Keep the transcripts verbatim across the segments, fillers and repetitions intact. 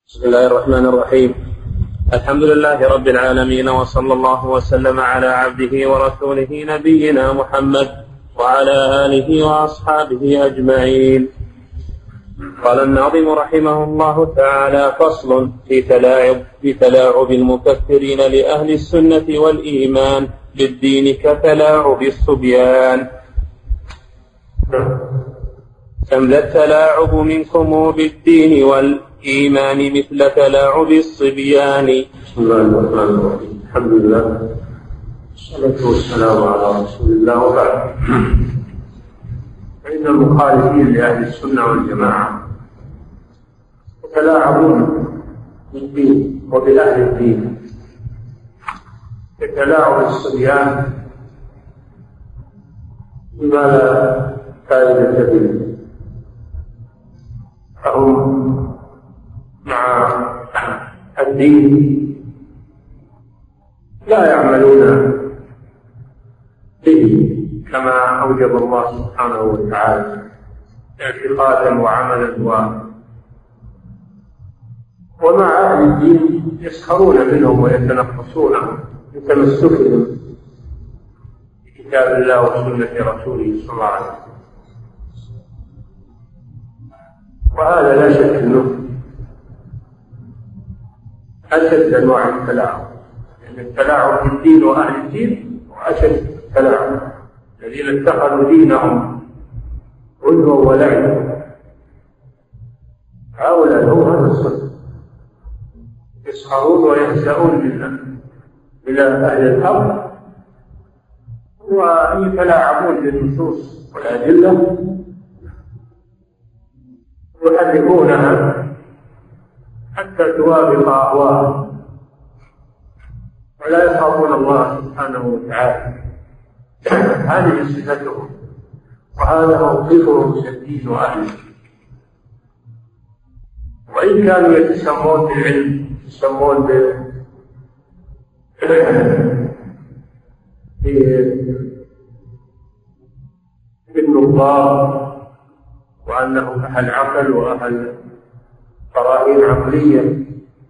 بسم الله الرحمن الرحيم. الحمد لله رب العالمين، وصلى الله وسلم على عبده ورسوله نبينا محمد وعلى آله وأصحابه أجمعين. قال الناظم رحمه الله تعالى: فصل في تلاعب, في تلاعب المكفرين لأهل السنة والإيمان بالدين كتلاعب الصبيان. كم ذا التلاعب منكم بالدين والإيمان مثل تلاعب الصبيان. بسم الله الرحمن الرحيم. الحمد لله والصلاة والسلام على رسول الله، وبعد. فإن المخالفين لأهل السنة والجماعة يتلاعبون بالدين وبأهل الدين كتلاعب الصبيان بما لا فائدة به. فهم مع الدين لا يعملون به كما أوجب الله سبحانه وتعالى اعتقادا وعملا و... ومع أهل الدين يسخرون منهم ويتنقصونهم بتمسكهم بكتاب الله وسنة رسوله صلى الله عليه وسلم. وهذا لا شك أنه أشد أنواع التلاعب، لأن التلاعب في الدين وأهل الدين وأشد التلاعب. الذين اتخذوا دينهم هزوا ولعبا هؤلاء هم أهل السنة، يسخرون ويهزؤون من أهل الحق ويتلاعبون بالنصوص والأدلة يحرفونها حتى توافق أهواءهم، ولا يخافون الله سبحانه وتعالى. هذه صفتهم وهذا موقفهم من الدين وأهله. وإن كانوا يتسمون بالعلم، يتسمون بالنظار وأنهم أهل عقل وأهل براهين عقلية،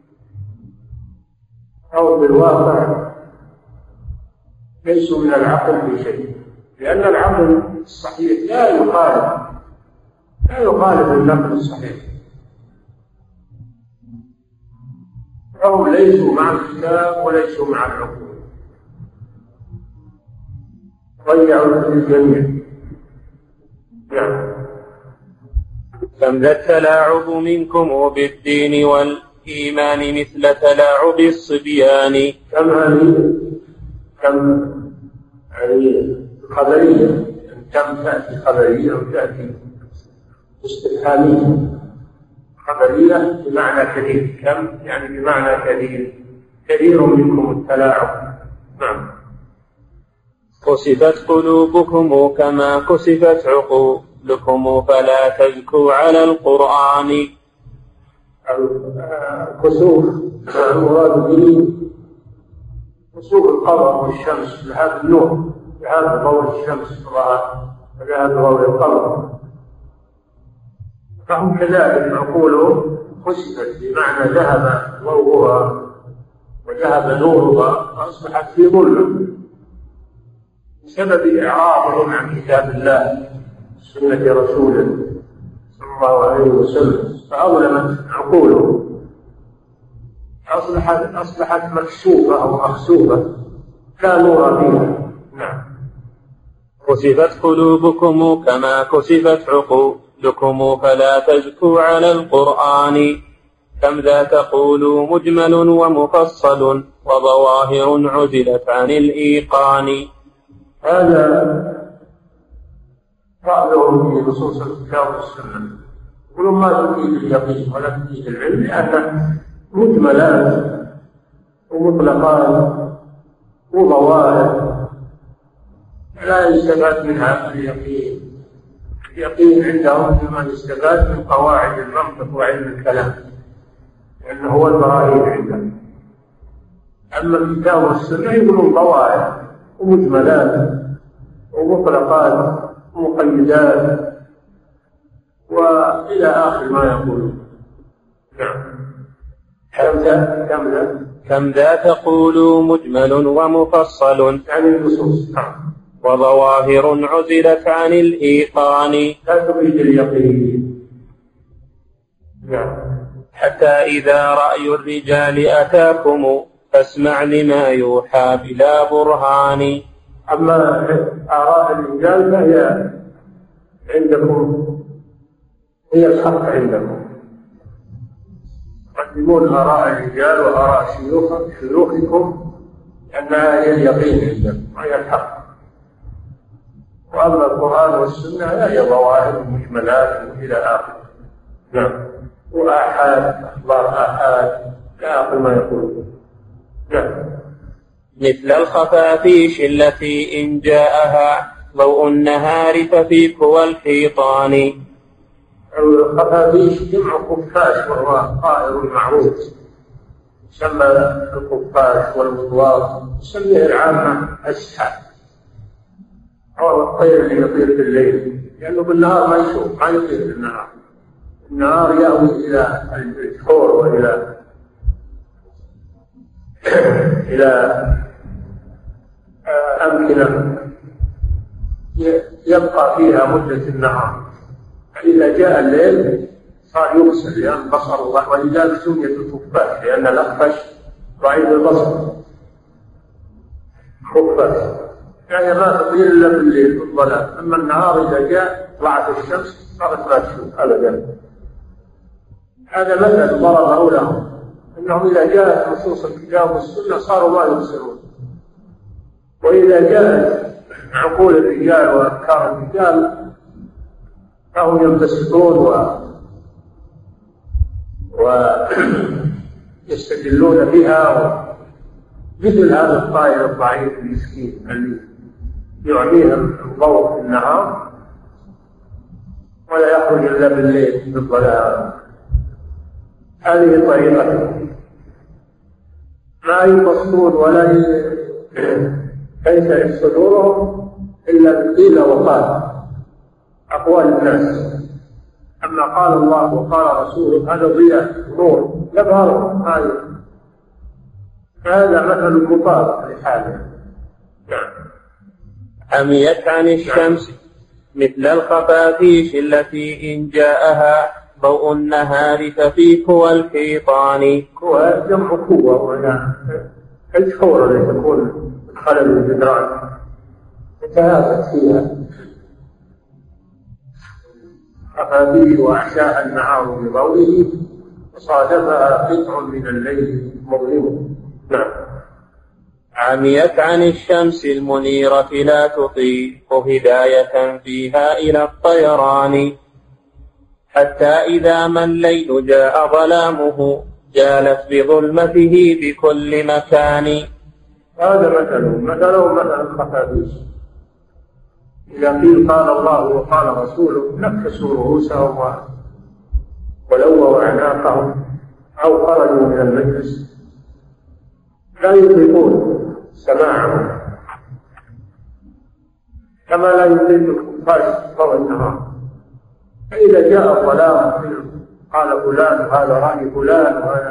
أو بالواقع ليسوا من العقل في شيء، لأن العقل الصحيح لا يخالف لا يخالف النقل الصحيح. فهم ليسوا مع الكتاب وليسوا مع العقول، ضيعوا الجميع. نعم. كم ذا التلاعب منكم بالدين والإيمان مثل تلاعب الصبيان. كم هذه كم يعني خبرية، كم تأتي خبرية وتأتي استفهامية. خبرية بمعنى كثير، كم يعني بمعنى كثير، كثير منكم التلاعب. نعم. كسفت قلوبكم كما كسفت عقولكم فلا تزكوا على القرآن. الكسوف المراد به كسوف القمر والشمس، ذهاب النور، ذهاب ضوء الشمس وذهاب ضوء القمر. فهم كذلك عقولهم خسفت، بمعنى ذهب ضوءها وذهب نورها فأصبحت في ظلمة بسبب إعراضهم عن كتاب الله سنة رسوله صلى الله عليه وسلم، فأظلمت عقولهم، أصبحت أصبحت مكسوفة أو مخسوفة لا نور فيها. نعم. كسفت قلوبكم كما كسفت عقولكم فلا تزكوا على القرآن. كم ذا تقول مجمل ومفصل وظواهر عزلت عن الإيقان. هذا رأيهم في نصوص الكتاب والسنة، يقولون ما تفيد اليقين ولا تفيد العلم، لأن مجملات ومطلقات وظواهر لا يستفاد منها اليقين. اليقين عندهم ما يستفاد من قواعد المنطق وعلم الكلام، لأنه هو البراهين عندهم. أما الكتاب والسنة يقولون ظواهر ومجملات ومطلقات ومقيدات وإلى آخر ما يقولون. نعم. ذا كم ذا كم ذا تقول مجمل ومفصل يعني النصوص وظواهر عزلت عن الإيقان لا تفيد اليقين. نعم. حتى إذا رأي الرجال أتاكم فاسمع لما يوحى بلا برهان. أما آراء الرجال فهي عندكم هي الحق عندكم، تقدمون آراء الرجال وآراء شيوخكم لأنها هي اليقين عندكم وهي الحق. وأما القرآن والسنة فهي ظواهر مجملات إلى آخره. نعم. وآحاد أخبار آحاد لا أقل ما يقول. نعم. مثل الخفافيش التي إن جاءها ضوء النهار ففيك والحيطان. الخفافيش جمع خفاش وهو طائر معروف يسمى الخفاش والمطواف، يسميه العامة السحاب، هو الطير اللي يطير في الليل لأنه بالنهار ما يشوف ما يطير في النهار. النهار يأوي إلى الجحور وإلى إلى أمكنة يبقى فيها مدة النهار، فإذا جاء الليل صار يغسل لأن بصر الله، ولذلك سميت الخفاش لأن الأخفش ضعيف البصر. خفاش يعني ما تطير إلا بالليل في الظلام، أما النهار إذا جاء طلعت الشمس صارت لا تشوف أبدا. هذا مثل ضربه لهم أنهم إذا جاءت نصوص الكتاب والسنة صاروا ما يبصرون، وإذا جاءت عقول الرجال وأفكار الرجال فهم ينبسطون و ويستدلون بها. مثل هذا الطائر الضعيف المسكين اللي يعطيه الضوء في النهار ولا يخرج إلا بالليل بالظلام، هذه طريقته. ما يبصرون ولا ينشأ صدورهم إلا بالقيل وقال أقوال الناس. أما قال الله وقال رسوله هذا ضياء نور يظهر. هذا هذا مثل المطابق لحاله. عميت عن الشمس مثل الخفافيش التي إن جاءها ضوء النهار ففيك والحيطان. كوى جمع قوة ولا الحور التي تكون خلل الجدران تتهافت فيها. خفافيش وأحشاء النهار بضوئه وصادفها قطع من الليل مظلم. نعم. عميت عن الشمس المنيرة لا تطيق هداية فيها إلى الطيران. حتى إذا ما الليل جاء ظلامه جالت بظلمته بكل مكان. هذا مثله مثله مثل الخفافيش. إذا قيل قال الله وقال رسوله نكسوا رؤوسهم ولووا أعناقهم أو خرجوا من المجلس لا يطيقون سماعهم كما لا يطيق الخفاش ضوء النهار. فإذا جاء الظلام قال فلان هذا رأي فلان وهذا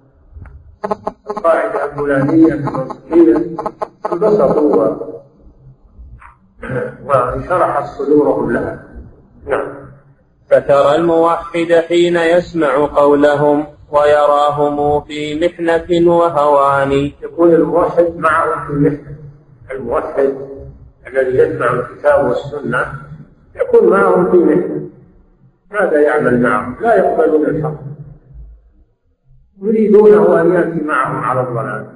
قاعدة فلانية منطقية انبسطوا وانشرحت صدورهم لها. نعم. فترى الموحد حين يسمع قولهم ويراهم في محنة وهوان. يكون الموحد معهم في محنة. الموحد الذي يسمع الكتاب والسنة يكون معهم في محنة. ماذا يعمل معهم؟ لا يقبلون الحق، يريدونه أن يأتي معهم على الضلال،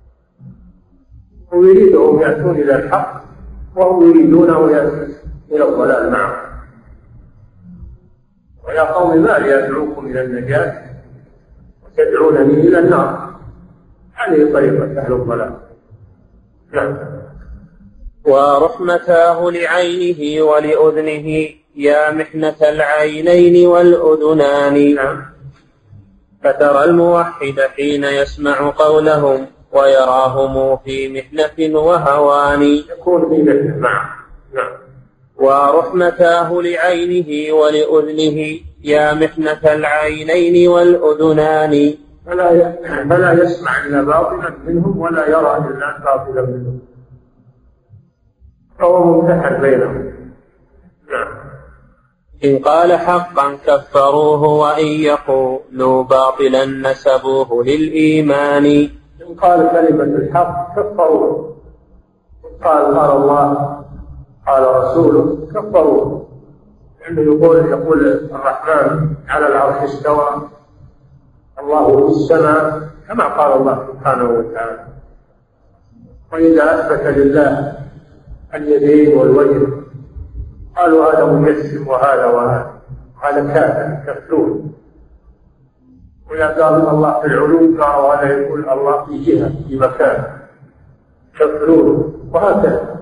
ويريدهم يأتون إلى الحق وهم يريدونه يأتي إلى الضلال معهم. ويا قوم ما لي أدعوكم إلى النجاة وتدعونني إلى النار. هذه طريقة أهل الضلال. نعم. ورحمتاه لعينه ولأذنه يا محنة العينين والأذنان. نعم. فترى الموحد حين يسمع قولهم ويراهم في محنة وهوان. يكون في محنة معه. نعم. ورحمتاه لعينه ولأذنه يا محنة العينين والأذنان. فلا فلا يسمع إلا باطلا منهم ولا يرى إلا باطلا منهم، فهو ممتحن بينهم. نعم. إن قال حقا كفروه وإن يقولوا باطلا نسبوه للإيمان. إن قال كلمة الحق كفروه، قال قال الله قال رسوله كفروه، لأنه يقول يقول الرحمن على العرش استوى، الله في السماء كما قال الله سبحانه وتعالى. وإذا أثبت لله اليدين والوجه قالوا هذا مجسم وهذا وهذا، هذا كافر كفلون. وإذا قال الله في العلوم قالوا هذا يقول الله في جهة في مكان، كفلون. وهكذا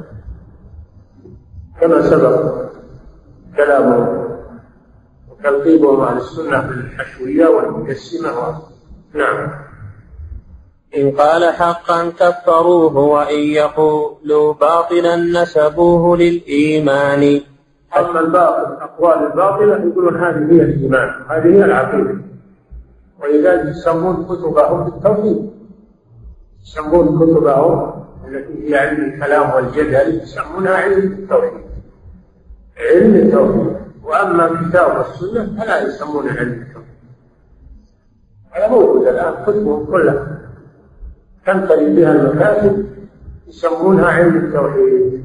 كما سبق كلامه وتلقيبهم عن السنة بالحشوية والمجسمة. نعم. إن قال حقا كفروه وإن يقولوا باطلا نسبوه للإيمان. أما الباطل أقوال الباطلة يقولون هذه هي الإيمان، هذه هي العقيدة، ولذلك يسمون كتبهم بالتوحيد، يسمون كتبهم التي هي علم الكلام والجدل يسمونها علم التوحيد، علم التوحيد. وأما كتاب والسنة فلا يسمونه علم التوحيد. هذا موجود الآن، كتبهم كلها تنتهي بها المكاتب يسمونها علم التوحيد،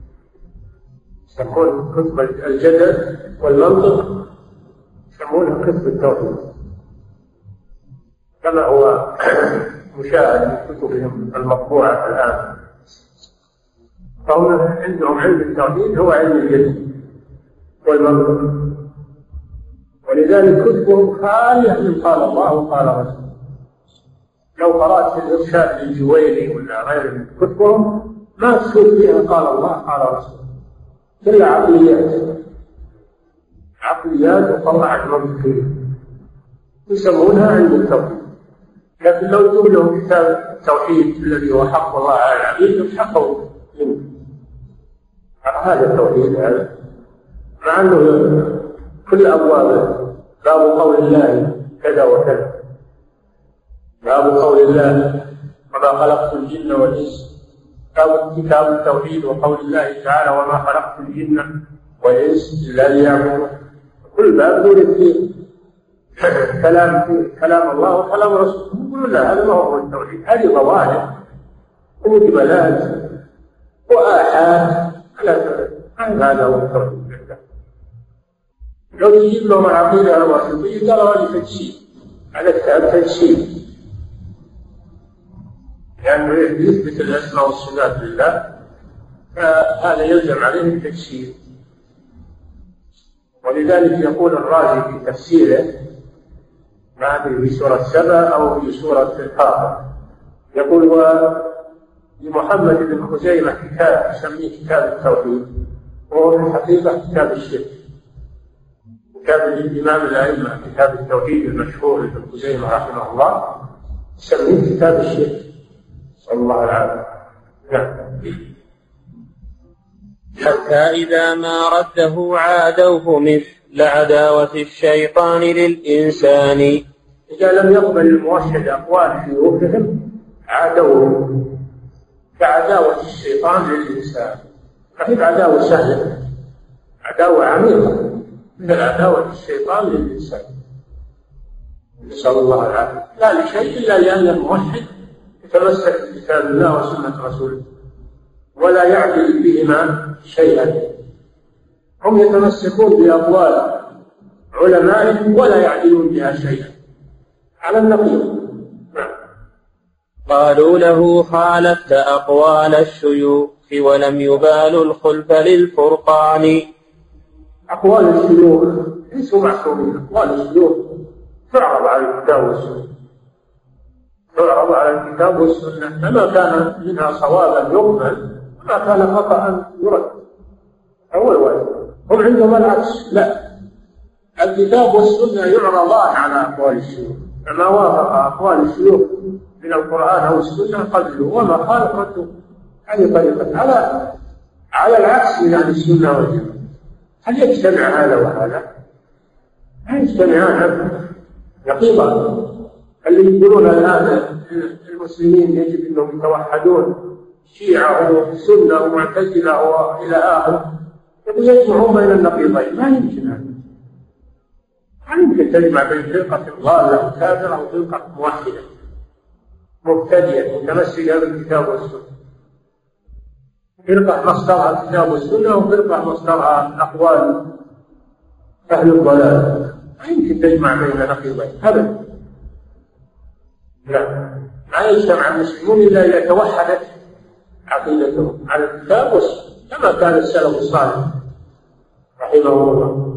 يسمون كتب الجدل والمنطق يسمونها كتب التوحيد، كما هو مشاهد في كتبهم المطبوعة الآن. فهم عندهم علم التوحيد هو علم الجدل والمنطق، ولذلك كتبهم خالية من قال الله وقال رسوله. لو قرأت في الإرشاد للجويني ولا غيره من كتبهم ما تشوف فيها قال الله قال رسوله، كلها عقليات عقليات وقواعد منطقية يسمونها علم التوحيد. لكن لو تقول لهم كتاب التوحيد الذي هو حق الله على العبيد يتحقوا منه، هذا التوحيد هذا، مع أنه كل أبوابه باب قول الله كذا وكذا، باب قول الله وما خلقت الجن والإنس، باب كتاب التوحيد وقول الله تعالى وما خلقت الجن والإنس إلا ليعبدون. كل باب يريد فيه كلام فيه كلام الله وكلام رسوله. يقولون لا هذا ما هو التوحيد، هذه ظواهر ومجملات وآحاد، هذا هو التوحيد. لو تجيب لهم العقيدة الواسطية قالوا هذه تجسيد، هذا كتاب تجسيد، لأنه يعني يثبت الأسماء والصفات لله، فهذا يلزم عليه التجسيد. ولذلك يقول الرازي في تفسيره، ما أدري في سورة سبأ أو في سورة الفاطر، يقول لمحمد بن خزيمة كتاب يسميه كتاب التوحيد، وهو في الحقيقة كتاب الشرك، كتاب الإمام الأئمة كتاب التوحيد المشهور لابن خزيمة رحمه الله يسميه كتاب الشرك، صلى الله العافية. نعم. حتى إذا ما رده عادوه مثل عداوة الشيطان للإنسان. إذا لم يقبل الموحد أقوال شيوخهم عادوه كعداوة الشيطان للإنسان. فهي عداوة سهلة، عداوة عميقة مثل عداوة الشيطان للإنسان، نسأل الله العافية. لا لشيء إلا لأن الموحد يتمسك بكتاب الله وسنة رسوله ولا يعدل بهما شيئا. هم يتمسكون بأقوال علمائهم ولا يعدلون بها شيئا على النقيض. قالوا له خالفت أقوال الشيوخ ولم يبالوا الخلف للفرقان. أقوال الشيوخ ليسوا معصومين، أقوال الشيوخ تعرض على الكتاب والسنة، تعرض على الكتاب والسنة، فما كان منها صوابا يقبل وما كان خطأ يرد. أول واحد هم عندهم العكس، لا، الكتاب والسنة يعرضان على أقوال الشيوخ، فما وافق أقوال الشيوخ من القرآن أو السنة قبله وما خالف رده. هذه طريقة على على العكس من أهل السنة والجماعة. هل يجتمع هذا وهذا؟ لا يجتمعان نقيضان. اللي يقولون الآن المسلمين يجب أنهم يتوحدون، شيعة وسنة ومعتزلة وإلى آخره، يجمعون بين النقيضين. ما يمكن هذا، ما يمكن تجمع بين فرقة ضالة وكافرة وفرقة موحدة مبتدئة متمسكة بالكتاب والسنة. فرقة مصدرها الكتاب والسنة وفرقة مصدرها أقوال أهل الضلال. ما يمكن تجمع بين نقيضين أبدا. لا، ما يجتمع المسلمون إلا إذا توحدت عقيدتهم على الكتاب والسنة كما كان السلف الصالح رحمه الله.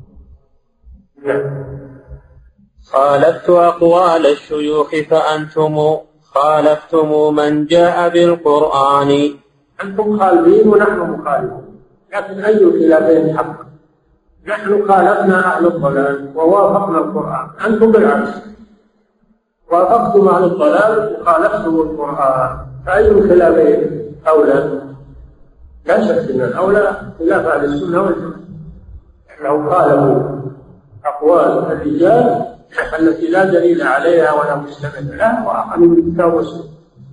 نعم. خالفت أقوال الشيوخ فأنتم خالفتم من جاء بالقرآن. أنتم خالفين ونحن مخالفون، لكن أي خلافين حق؟ نحن خالفنا أهل الضلال ووافقنا القرآن، أنتم بالعكس وافقتم أهل الضلال وخالفتم القرآن، فأي الخلافين أولى؟ لا شك أن الأولى خلاف أهل السنة والجماعة، لو خالفوا أقوال الرجال التي لا دليل عليها ولا مستند لها وأخذوا بالكتاب والسنة.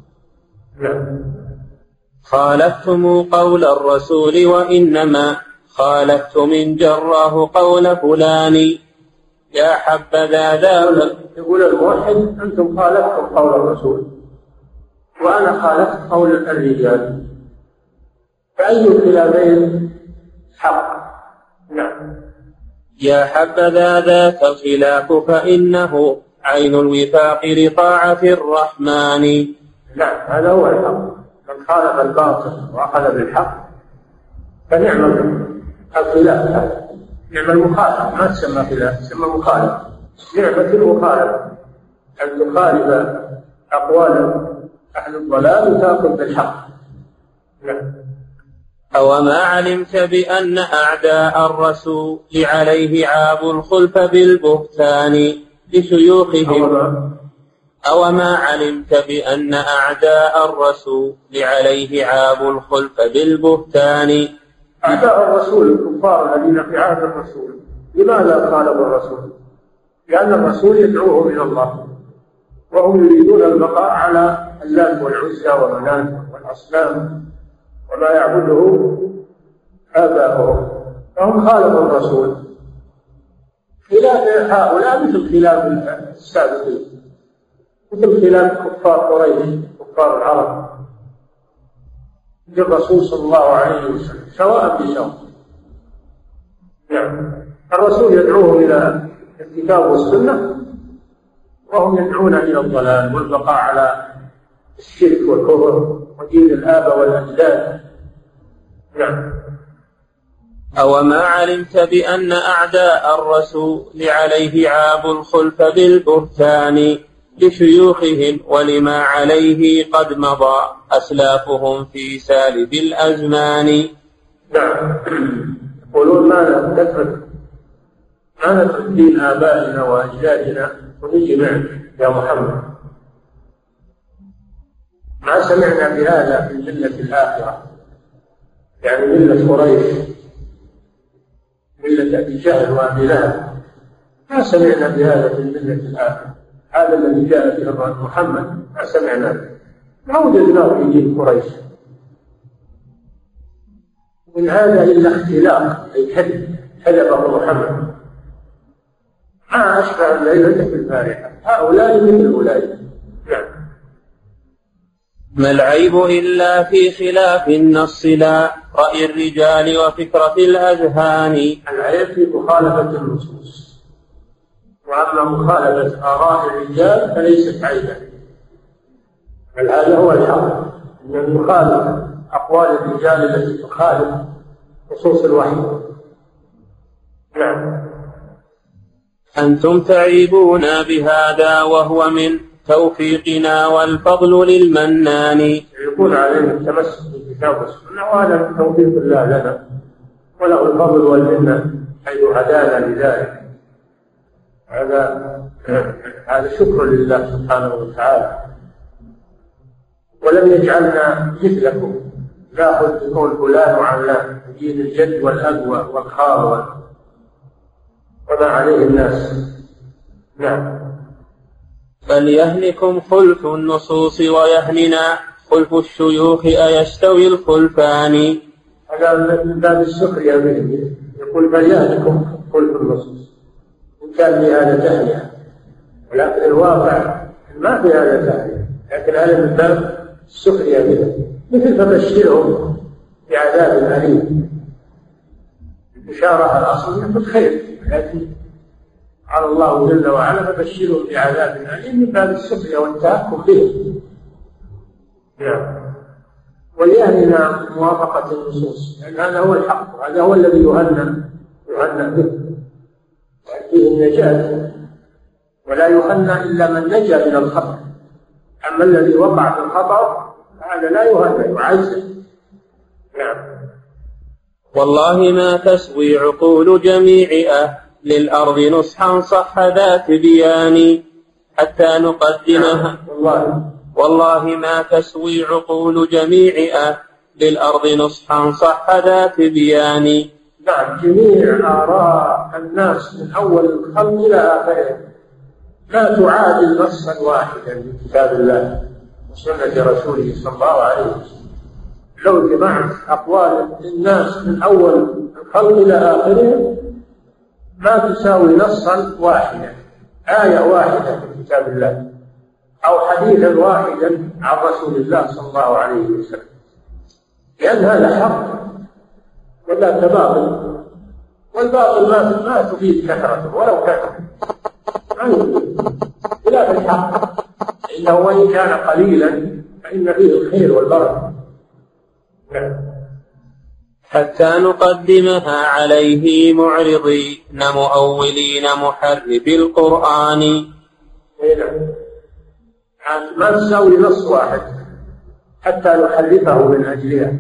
خالفتم قول الرسول وإنما خالفت من جراه قول فلان يا حبذا ذاك. يقول الموحد أنتم خالفتم قول الرسول وأنا خالفت قول الرجال، فأي الخلافين حق؟ نعم. يا حبذا ذاك الخلاف فإنه عين الوفاق لطاعة الرحمن. نعم، هذا هو الحق. من خالف الباطل وأخذ بالحق فنعم الخلاف، نعم المخالف، ما تسمى خلاف، تسمى مخالف. نعمة المخالفة أن تخالف أقوال أهل الضلال وتأخذ بالحق. نعم. أوما علمت بأن أعداء الرسول عليه عاب الخلف بالبهتان لشيوخهم. أوما علمت بأن أعداء الرسول عليه عاب الخلف بالبهتان. أعداء الرسول الكفار الذين في عهد الرسول لماذا خالفوا الرسول؟ لأن الرسول يدعوهم إلى الله وهم يريدون البقاء على اللات والعزى ومناة والأصنام وما يعبده آباؤهم، فهم خالفوا الرسول. خلاف هؤلاء مثل خلاف السابقين، مثل خلاف كفار قريش كفار العرب للرسول صلى الله عليه وسلم سواء بسواء. يعني الرسول يدعوهم إلى الكتاب والسنة وهم يدعون إلى الضلال والبقاء على الشرك والكفر ودين الآباء والأجداد. نعم. أوما علمت بأن أعداء الرسول عليه عاب الخلف بالبهتان لشيوخهم ولما عليه قد مضى أسلافهم في سالف الأزمان. نعم. يقولون ما نترك ما نترك دين آبائنا وأجدادنا ونجي معك يا محمد. ما سمعنا بهذا في ملة الآخرة، يعني ملة قريش، ملة أبي جهل وأبي لهب، ما سمعنا بهذا في الملة الآخرة. هذا الذي جاء به محمد ما سمعنا به، ما وجدناه في دين قريش. من هذا إلا اختلاق أي كذب كذبه محمد، ما أشبه الليلة في البارحة، هؤلاء مثل أولئك. نعم. ما العيب إلا في خلاف النص لا رأي الرجال وفكرة الأذهان. العيب في مخالفة النصوص، وأما مخالفة آراء الرجال فليست عيبا، بل هذا هو الحق، أن المخالفة أقوال الرجال التي تخالف نصوص الوحي. نعم. أنتم تعيبون بهذا وهو من توفيقنا والفضل للمنان. يقول علينا التمسك بالكتاب والسنة وهذا من توفيق الله لنا وله الفضل والمنة حيث هدانا لذلك. هذا هذا شكر لله سبحانه وتعالى، ولم يجعلنا مثلكم ناخذ بقول فلان وعلان دين الجد والأب والخال وما عليه الناس. نعم. فليهنكم خلف النصوص ويهننا خلف الشيوخ أيستوي الخلفان. هذا من باب السخرية به، يقول فليهنكم خلف النصوص، إن كان بهذا تهنئة، ولكن الواقع ما في هذا تهنئة، لكن هذا من باب السخرية به، مثل فبشرهم بعذاب أليم. البشارة الأصل بالخير، لكن قال الله جل وعلا فبشرهم بعذاب أليم من باب السخرية والتهكم به. نعم. وليهننا موافقة النصوص، لأن هذا هو الحق، هذا هو الذي يهنى يهنى به فيه النجاة، ولا يهنى إلا من نجا من الخطأ. أما الذي وقع في الخطأ هذا لا يهنى، يعزز. نعم. والله ما تسوي عقول جميع أهل الأرض نصحا صح ذات بيان حتى نقدمها. والله والله ما تسوي عقول جميع أهل الأرض نصحا صح ذات بيان. نعم، جميع آراء الناس من أول الخلق إلى آخره لا تعادل نصا واحدا من كتاب الله وسنة رسوله صلى الله عليه وسلم. لو جمعت أقوال الناس من أول الخلق إلى آخره ما تساوي نصا واحدا، آية واحدة في كتاب الله أو حديثا واحدا عن رسول الله صلى الله عليه وسلم، لأن هذا حق ولا تباطل، والباطل ما ما تفيد كثرته ولو كثر، ما يفيد خلاف الحق، إنه وإن كان قليلا فإن فيه الخير والبركة. حتى نقدمها عليه معرضين مؤولين محرب القرآن. ما تساوي نص واحد حتى نحرفه من أجلها.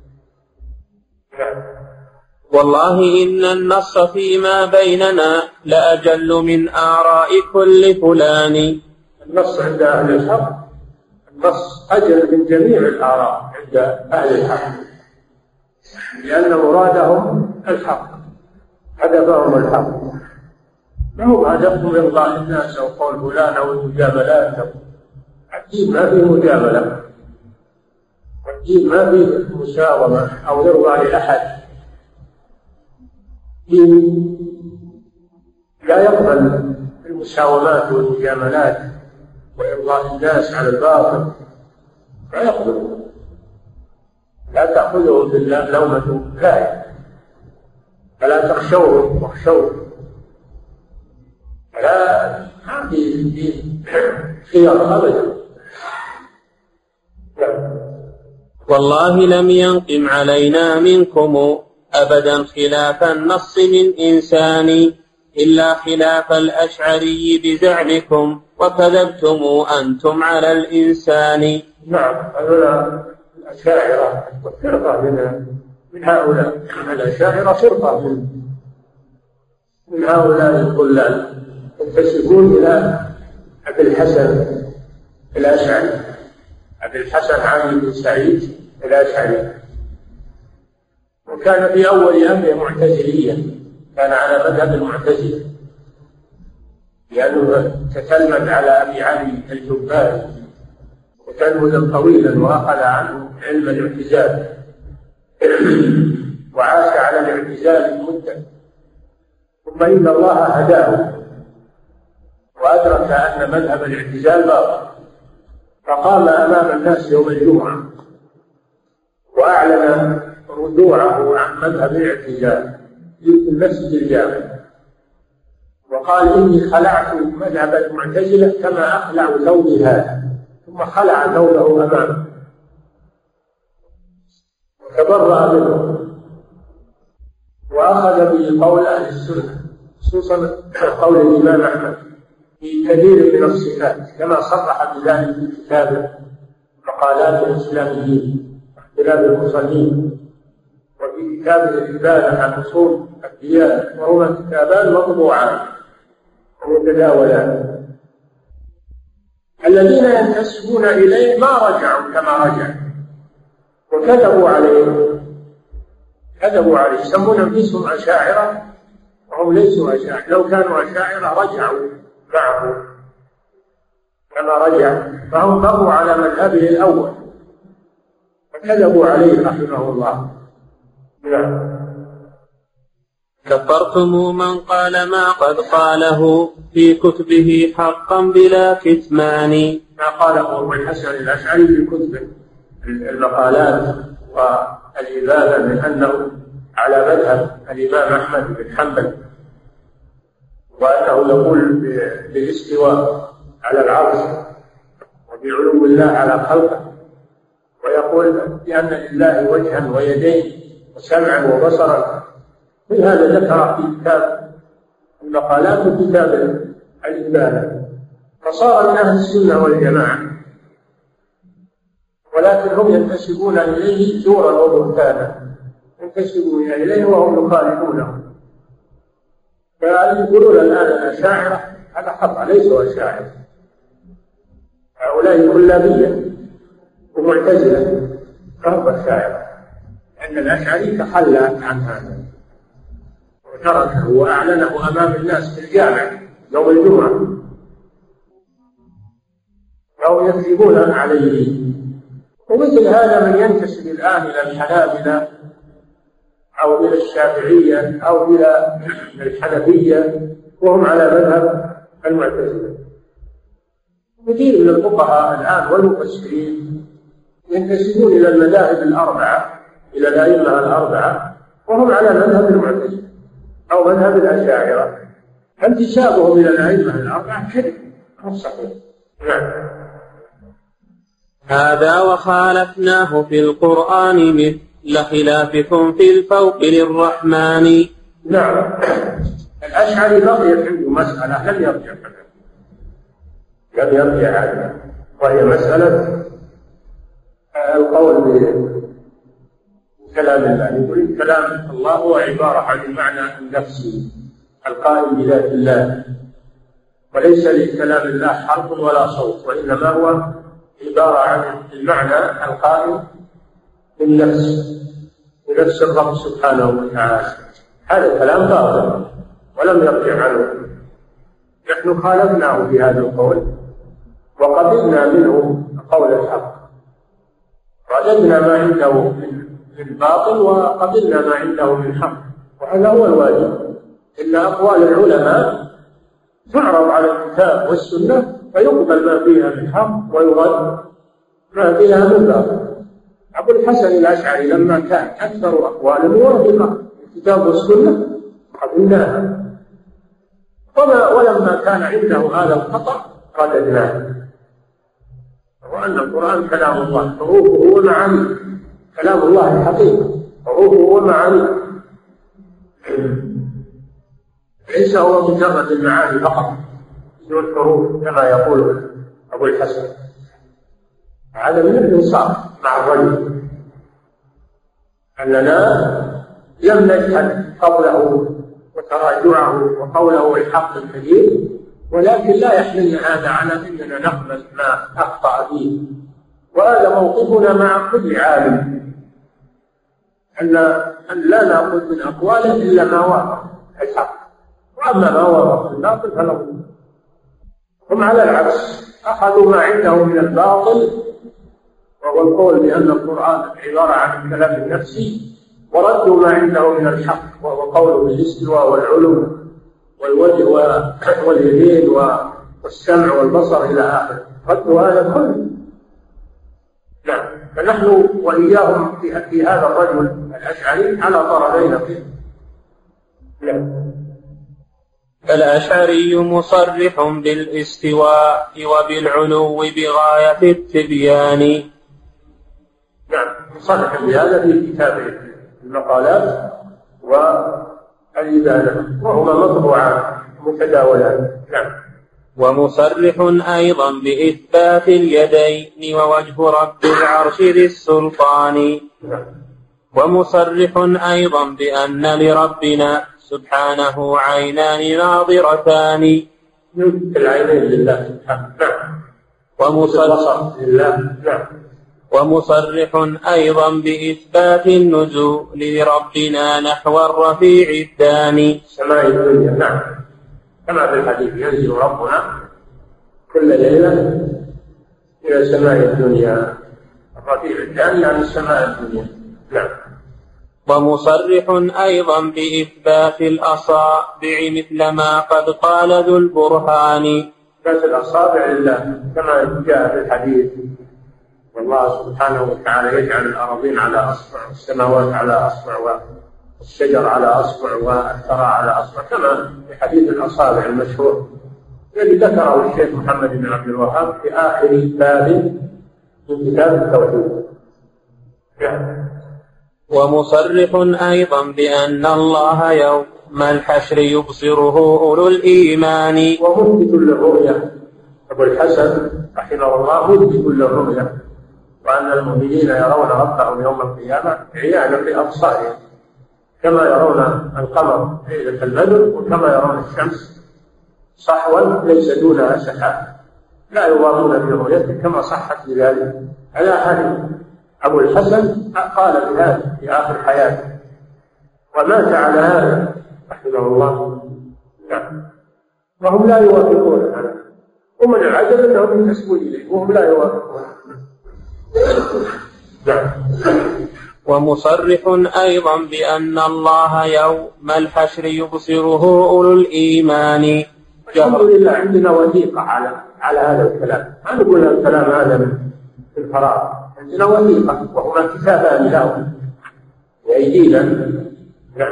والله إن النص فيما بيننا لأجل من آراء كل فلان. النص عند أهل الحق، النص أجل من جميع الآراء عند أهل الحق، لأن مرادهم الحق، هدفهم الحق، ما هو هدفهم إرضاء الناس أو قول فلان أو المجاملات. الدين ما فيه مجاملة، والدين ما فيه مساومة أو إرضاء لأحد. الدين لا يقبل المساومات والمجاملات وإرضاء الناس على الباطل، لا يقبل. لا تأخذهم بالله لومة لائم، فلا تخشوهم واخشوهم. لا ما في الدين خيار أبدا. والله لم ينقم علينا منكم أبدا خلاف النص من إنسان إلا خلاف الأشعري بزعمكم وكذبتم أنتم على الإنسان. نعم، هؤلاء الأشاعرة فرقة من من هؤلاء الأشاعرة فرقة من من هؤلاء الضلال ينتسبون إلى أبي الحسن الأشعري، أبي الحسن علي بن سعيد الأشعري، وكان في أول أمره معتزليا، كان على مذهب المعتزلة لأنه تتلمذ على أبي علي الجباري وتلمذا طويلا وأخذ عنه علم الاعتزال وعاش على الاعتزال مدة، ثم إن الله هداه وأدرك أن مذهب الاعتزال باطل، فقام أمام الناس يوم الجمعة وأعلن رجوعه عن مذهب الاعتزال في المسجد الجامع، وقال إني خلعت مذهب المعتزلة كما أخلع ثوبي هذا، ثم خلع ثوبه أمامه وتبرأ منه، وأخذ بقول أهل السنة خصوصا قول الإمام أحمد في كثير من الصفات، كما صرح بذلك في كتابه مقالات الإسلاميين واختلاف المصلين، وفي كتابه العبادة عن أصول الديانة، وهما كتابان مطبوعان ومتداولان. الذين ينتسبون إليه ما رجعوا كما رجع وكذبوا عليه، كذبوا عليه، يسمون أنفسهم أشاعرة وهم ليسوا أشاعرة، لو كانوا أشاعرة رجعوا معه كما رجع، فهم بقوا على مذهبه الأول فكذبوا عليه رحمه الله. نعم. كفرتم من قال ما قد قاله في كتبه حقا بلا كتمان. ما قاله أبو الحسن الأشعري في كتبه المقالات والإبانة من أنه على مذهب الإمام أحمد بن حنبل، وأنه يقول بالاستواء على العرش وبعلو الله على خلقه، ويقول بأن لله وجها ويدين وسمعا وبصرا. من هذا ذكر في كتاب المقالات وكتاب الإبانة، فصار من أهل السنة والجماعة، ولكن هم ينتسبون إليه زورا وبهتانا، ينتسبون إليه وهم يخالفونه. فيقولون الآن الأشاعرة هذا خطأ، ليسوا أشاعرة، هؤلاء كلابية ومعتزلة فهم أشاعرة، لأن الأشعري تخلى عن هذا وتركه وأعلنه أمام الناس في الجامع يوم الجمعة، أو يكذبون عليه. ومثل هذا من ينتسب الآن إلى الحنابلة أو إلى الشافعية أو إلى الحنفية وهم على مذهب المعتزلة. كثير من الفقهاء الآن والمفسرين ينتسبون إلى المذاهب الأربعة، إلى الأئمة الأربعة، وهم على مذهب المعتزلة أو مذهب الأشاعرة. انتسابهم إلى الأئمة الأربعة كذب مو صحيح. نعم. هذا وخالفناه في القرآن مثل خلافكم في الفوق للرحمن. نعم. الأشعري بقيت عنده مسألة لم يرجع عنها، لم يرجع عنها، وهي مسألة القول بكلام الله. يقول كلام الله هو عبارة عن المعنى النفسي القائم بذات الله، وليس لكلام الله حرف ولا صوت، وإنما هو عبارة عن المعنى القائم بالنفس، بنفس الرب سبحانه وتعالى. هذا كلام باطل ولم يرجع عنه. نحن خالفناه في هذا القول وقبلنا منه قول الحق، رددنا ما عنده من باطل وقبلنا ما عنده من حق، وهذا هو الواجب. إن أقوال العلماء تعرض على الكتاب والسنة فيقبل ما فيها من حق ويرد ما فيها من باطل. أبو الحسن الأشعري لما كان أكثر أقواله موافقة الكتاب والسنة قبلناها، وما ولما كان عنده هذا الخطأ رددناه. وأن القرآن كلام الله حروفه ومعانيه، كلام الله الحقيقي حروفه ومعانيه، ليس هو مجرد المعاني فقط دون الحروف كما يقول أبو الحسن. هذا من الإنصاف مع الرجل أننا لم نجهل قوله وتراجعه وقوله الحق الكبير، ولكن لا يحملنا هذا على أننا نقبل ما أخطأ فيه. وهذا موقفنا مع كل عالم، أن أن لا نأخذ من أقواله إلا ما وافق الحق، وأما ما وافق الباطل فله. هم على العكس أخذوا ما عنده من الباطل وهو القول بأن القرآن عبارة عن الكلام النفسي، وردوا ما عنده من الحق وهو قوله بالاستواء والعلو والوجه واليدين والسمع والبصر إلى آخره، ردوا هذا كله. نعم. فنحن وإياهم في هذا الرجل الأشعري على طرفين فيه. نعم. الأشعري مصرح بالاستواء وبالعلو بغاية التبيان. نعم، مصرح بهذا في كتابه المقالات والإبانة، وهما مطبوعان متداولان. نعم. ومصرح أيضا بإثبات اليدين ووجه رب العرش ذي السلطان. نعم. ومصرح أيضا بأن لربنا سبحانه عينان ناظرتان. العينين لله سبحانه. نعم. ومصرح لله. نعم. ومصرح أيضا بإثبات النزول لربنا نحو الرفيع الداني. سماء الدنيا. نعم. كما في الحديث ينزل ربنا كل ليلة إلى سماء الدنيا. الرفيع الثاني عن السماء الدنيا. نعم. ومصرح أيضا بإثبات الأصابع مثل ما قد قال ذو البرهان. إثبات الأصابع لله كما جاء في الحديث، والله سبحانه وتعالى يجعل الأراضين على أصبع والسماوات على أصبع والشجر على أصبع والثرى على أصبع، كما في حديث الأصابع المشهور الذي ذكره الشيخ محمد بن عبد الوهاب في آخر باب من كتاب التوحيد. يعني. ومصرح أيضا بأن الله يوم الحشر يبصره أولو الإيمان. ومثبت للرؤيا، أبو الحسن رحمه الله مثبت للرؤيا، وأن المؤمنين يرون ربهم يوم القيامة عيانا بأبصارهم كما يرون القمر ليلة البدر وكما يرون الشمس صحوا ليس دونها سحاب، لا يضامون في رؤيته كما صحت بذلك على حال. أبو الحسن قال بهذا في آخر حياته ومات على هذا رحمه الله. نعم. وهم لا يوافقون هذا، ومن العجب أنهم ينتسبون إليه وهم لا يوافقون. نعم. ومصرح أيضا بأن الله يوم الحشر يبصره أولو الإيمان. الحمد لله عندنا وثيقة على على هذا الكلام، ما نقول الكلام هذا في الفراغ، عندنا وثيقة وهما كتابان له بأيدينا. نعم.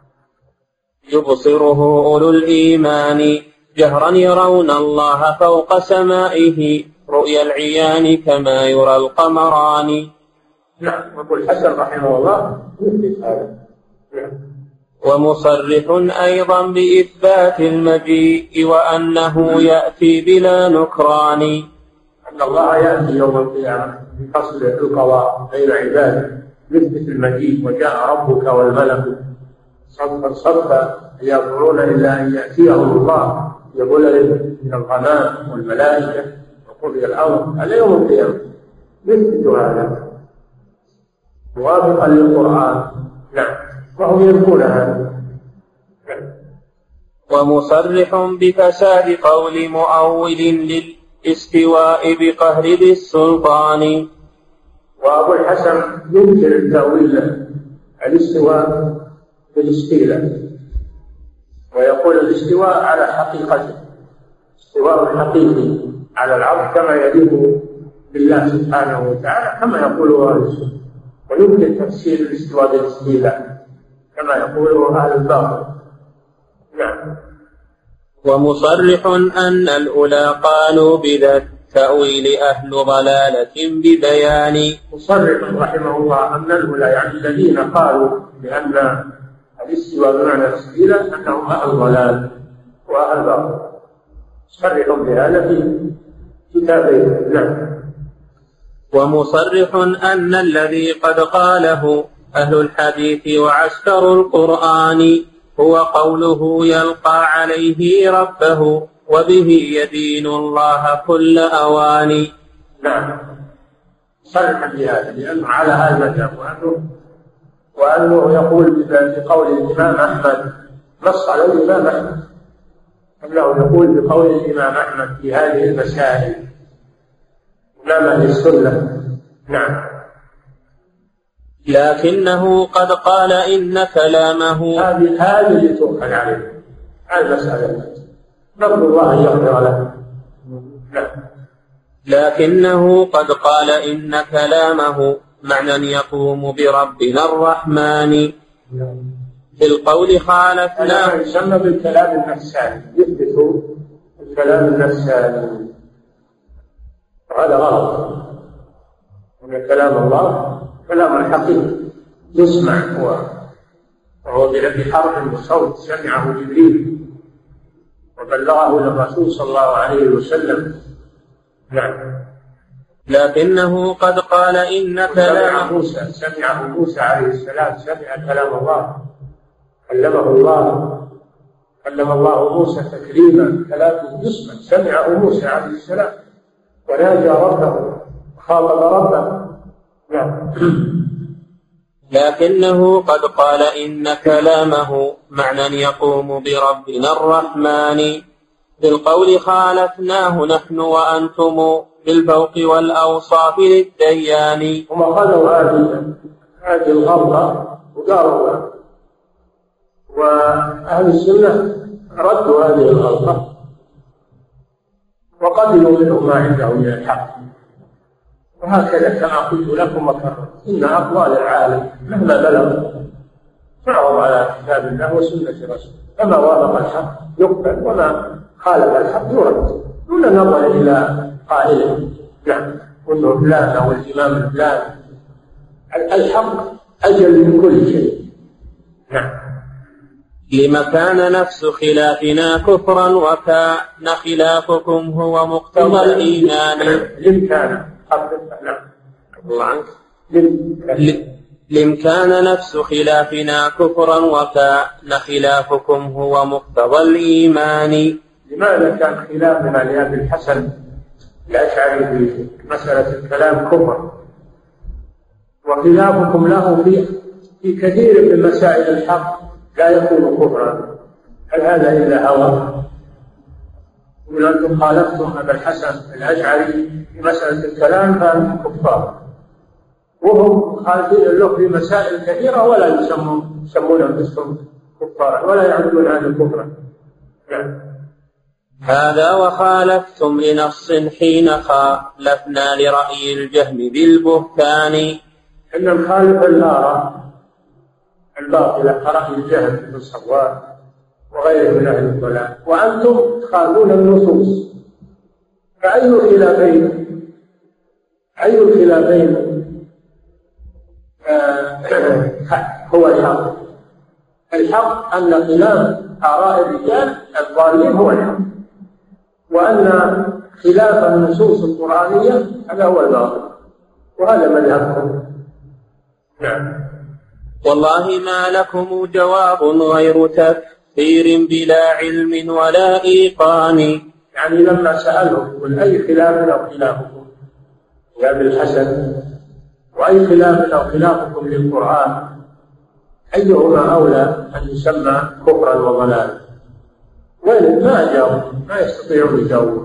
يبصره أولو الإيمان جهرا يرون الله فوق سمائه رؤيا العيان كما يرى القمران. نعم. وابن الحسن رحمه الله يثبت هذا. نعم. ومصرح أيضا بإثبات المجيء وأنه يأتي بلا نكران. أن الله يأتي يوم القيامة بفصل القضاء بين عباده، يثبت المجيء وجاء ربك والملك صفا صفا ينظرون إلا أن يأتيهم الله يقول من الغمام والملائكة وقضي الأمر على يوم القيامة، يثبت هذا موافقا للقرآن. نعم. وهم يذكرون هذا. نعم. ومصرح بفساد قول مؤول للاستواء بقهر ذي السلطان. وأبو الحسن ينكر التأويل الاستواء بالاستيلاء، ويقول الاستواء على حقيقته، استواء حقيقي على العرش كما يليق بالله سبحانه وتعالى كما يقوله أهل السنة، ويمكن تفسير الاستواء بالاستيلاء كما يقوله أهل الباطل. نعم. ومصرح أن الأولى قالوا بذا التأويل أهل ضلالة ببيان. مصرح رحمه الله أن الأولى يعني الذين قالوا بأن الاستواء بمعنى الاستيلاء أنهم أهل ضلال وأهل باطل، مصرح بهذا في كتابين. نعم. ومصرح أن الذي قد قاله أهل الحديث وعسكر القرآن هو قوله يلقى عليه ربه وبه يدين الله كل أوان. نعم. صرح بهذا لأنه على هذا المذهب، وأنه وأنه يقول بقول الإمام أحمد، نص على الإمام أحمد أنه يقول بقول الإمام أحمد في هذه المسائل إمام أهل السنة. نعم. لكنه قد قال إن كلامه هذه هذه اللي تؤخذ عليه هذه المسألة، نرجو الله أن يغفر له. نعم. لكنه قد قال إن كلامه معنى يقوم بربنا الرحمن. بالقول خالفنا يسمى بالكلام النفساني، يثبت الكلام النفساني، هذا غلط. أن كلام الله كلام حقيقي يسمع، هو وهو بحرف وصوت سمعه جبريل وبلغه للرسول صلى الله عليه وسلم. نعم. لكنه قد قال إن كلام موسى سمعه موسى عليه السلام، سمع كلام الله، كلمه الله، كلم الله موسى تكليما، كلامه يسمع، سمعه موسى عليه السلام وناجى ربه وخاطب ربه. نعم. لكنه قد قال إن كلامه معنى يقوم بربنا الرحمن بالقول خالفناه نحن وأنتم بالفوق والأوصاف للديان. هم خذوا هذه هذه الغلطة وقالوا، وأهل السنة ردوا هذه الغلطة وقبلوا منهم ما عندهم من الحق. وهكذا كما قلت لكم وكررت، إن أقوال العالم مهما بلغ تعرض على كتاب الله وسنة رسوله، فما وافق الحق يقبل وما خالف الحق يرد دون نظر إلى قائله. نعم، وأنه فلان أو الإمام الفلان، الحق أجل من كل شيء. نعم. لما كان نفس خلافنا كفرا وكان خلافكم هو مقتضى الإيمان. لم كان نعم الله عنك. لم كان نفس خلافنا كفرا وكان خلافكم هو مقتضى الإيمان. لماذا كان خلافنا لأبي الحسن الأشعري في مسألة الكلام كفر، وخلافكم له في في كثير من مسائل الحق لا يكون كفرا؟ هل هذا إلا هوى؟ يقول أنتم خالفتم أبا الحسن الأشعري في مسألة الكلام فأنتم كفار، وهم خالفين له في مسائل كثيرة ولا يسمون يسمون أنفسهم كفارا ولا يعبدون هذا كفرا. يعني هذا وخالفتم لنص حين خالفنا لرأي الجهم بالبهتان. إن الخالف الآراء الباطلة كرأي الجهم بن صواب وغيره من أهل الضلال، وأنتم تخالفون النصوص. فأي الخلافين أي الخلافين آه هو الحق؟ الحق أن خلاف آراء الرجال الضالين هو الحق، وأن خلاف النصوص القرآنية هذا هو الباطل، وهذا مذهبكم. نعم. والله ما لكم جواب غير تكفير بلا علم ولا إيقان. يعني لما سألهم قل أي خلاف أو خلافكم يا أبي الحسن، وأي خلاف أو خلافكم للقرآن، أيهما أولى أن يسمى كفرا وضلالا؟ وين ما جاوب، ما يستطيعون يجاوبون.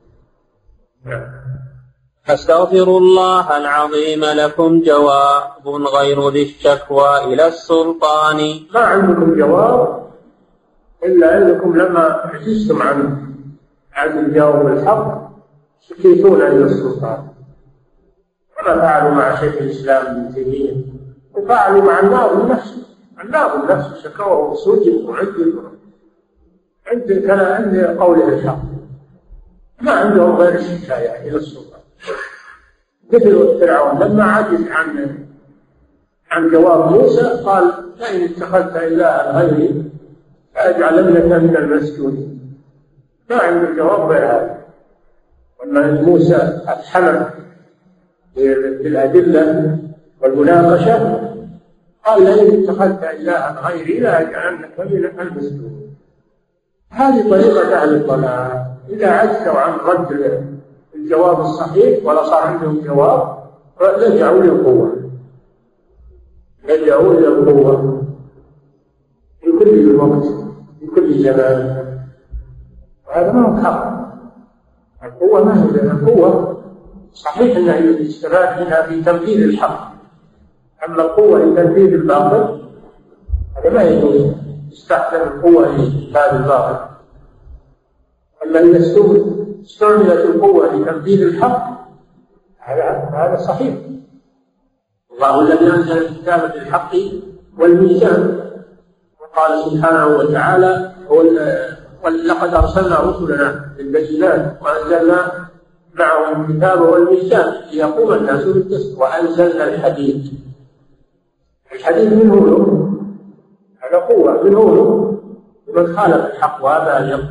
أستغفر الله العظيم لكم جواب غير ذي الشكوى إلى السلطان. ما عندكم جواب إلا أنكم لما عجزتم عن عن الجواب الحق شكيتون إلى السلطان، كما فعلوا مع شيخ الإسلام ابن تيمية، وفعلوا مع الناظم نفسه. الناظم نفسه شكوه وسجن وعدل عند كان عند قوله الحق، ما عندهم غير الشكاية إلى السلطان. مثل فرعون لما عجز عن عن جواب موسى قال فإن اتخذت إلها غيري فأجعلنك من المسجونين. ما عنده جواب غير هذا. وأن موسى أتحمل بالأدلة والمناقشة قال لئن اتخذت إلها غيري لأجعلنك من المسجونين. هذه طريقة أهل الضلال، إذا عجزوا عن رد الجواب الصحيح ولا صار عندهم جواب لجأوا للقوة، لجأوا للقوة في كل وقت في كل زمان، وهذا ما هو حق. القوة ما هي القوة صحيح أنها الاستفاد منها في تنفيذ الحق، أما القوة لتنفيذ الباطل هذا ما يجوز استخدم القوة لإنفاذ الباطل. أما إذا استعملت القوة لتنفيذ الحق هذا هذا صحيح. الله الذي أنزل الكتاب بالحق والميزان، وقال سبحانه وتعالى ولقد أرسلنا رسلنا بالبينات وأنزلنا معهم الكتاب والميزان ليقوم الناس بالقسط وأنزلنا الحديد. الحديد منه له هذا قوة منه له لمن خالف الحق وهذا اليقين.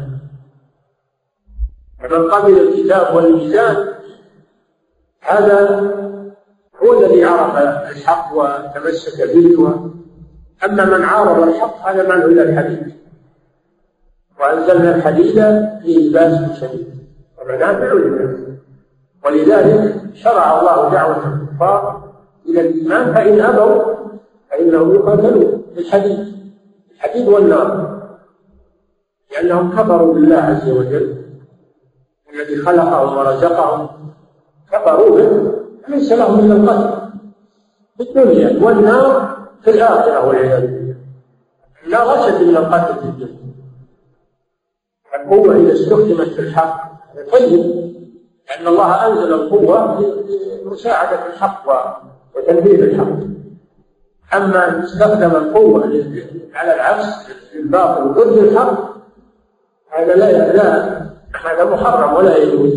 فمن قبل الكتاب والميزان هذا هو الذي عرف الحق وتمسك به، أما من عارض الحق هذا ما له إلا الحديد. وأنزلنا الحديد فيه بأس شديد ومنافع للناس، ولذلك شرع الله دعوة الكفار إلى الإيمان، فإن أبوا فإنهم يقاتلون بالحديد، الحديد والنار. لأنهم كفروا بالله عز وجل الذي خلقهم ورزقهم، كفروا به، ليس لهم إلا القتل في الدنيا، والنار في الآخرة والعياذ بالله. النار أشد من القتل في الدنيا. القوة إذا استخدمت في الحق طيب، لأن الله أنزل القوة لمساعدة الحق وتنفيذ الحق. أما أن تستخدم القوة على العكس للباطل ضد الحق، هذا لا لا هذا محرم ولا يجوز.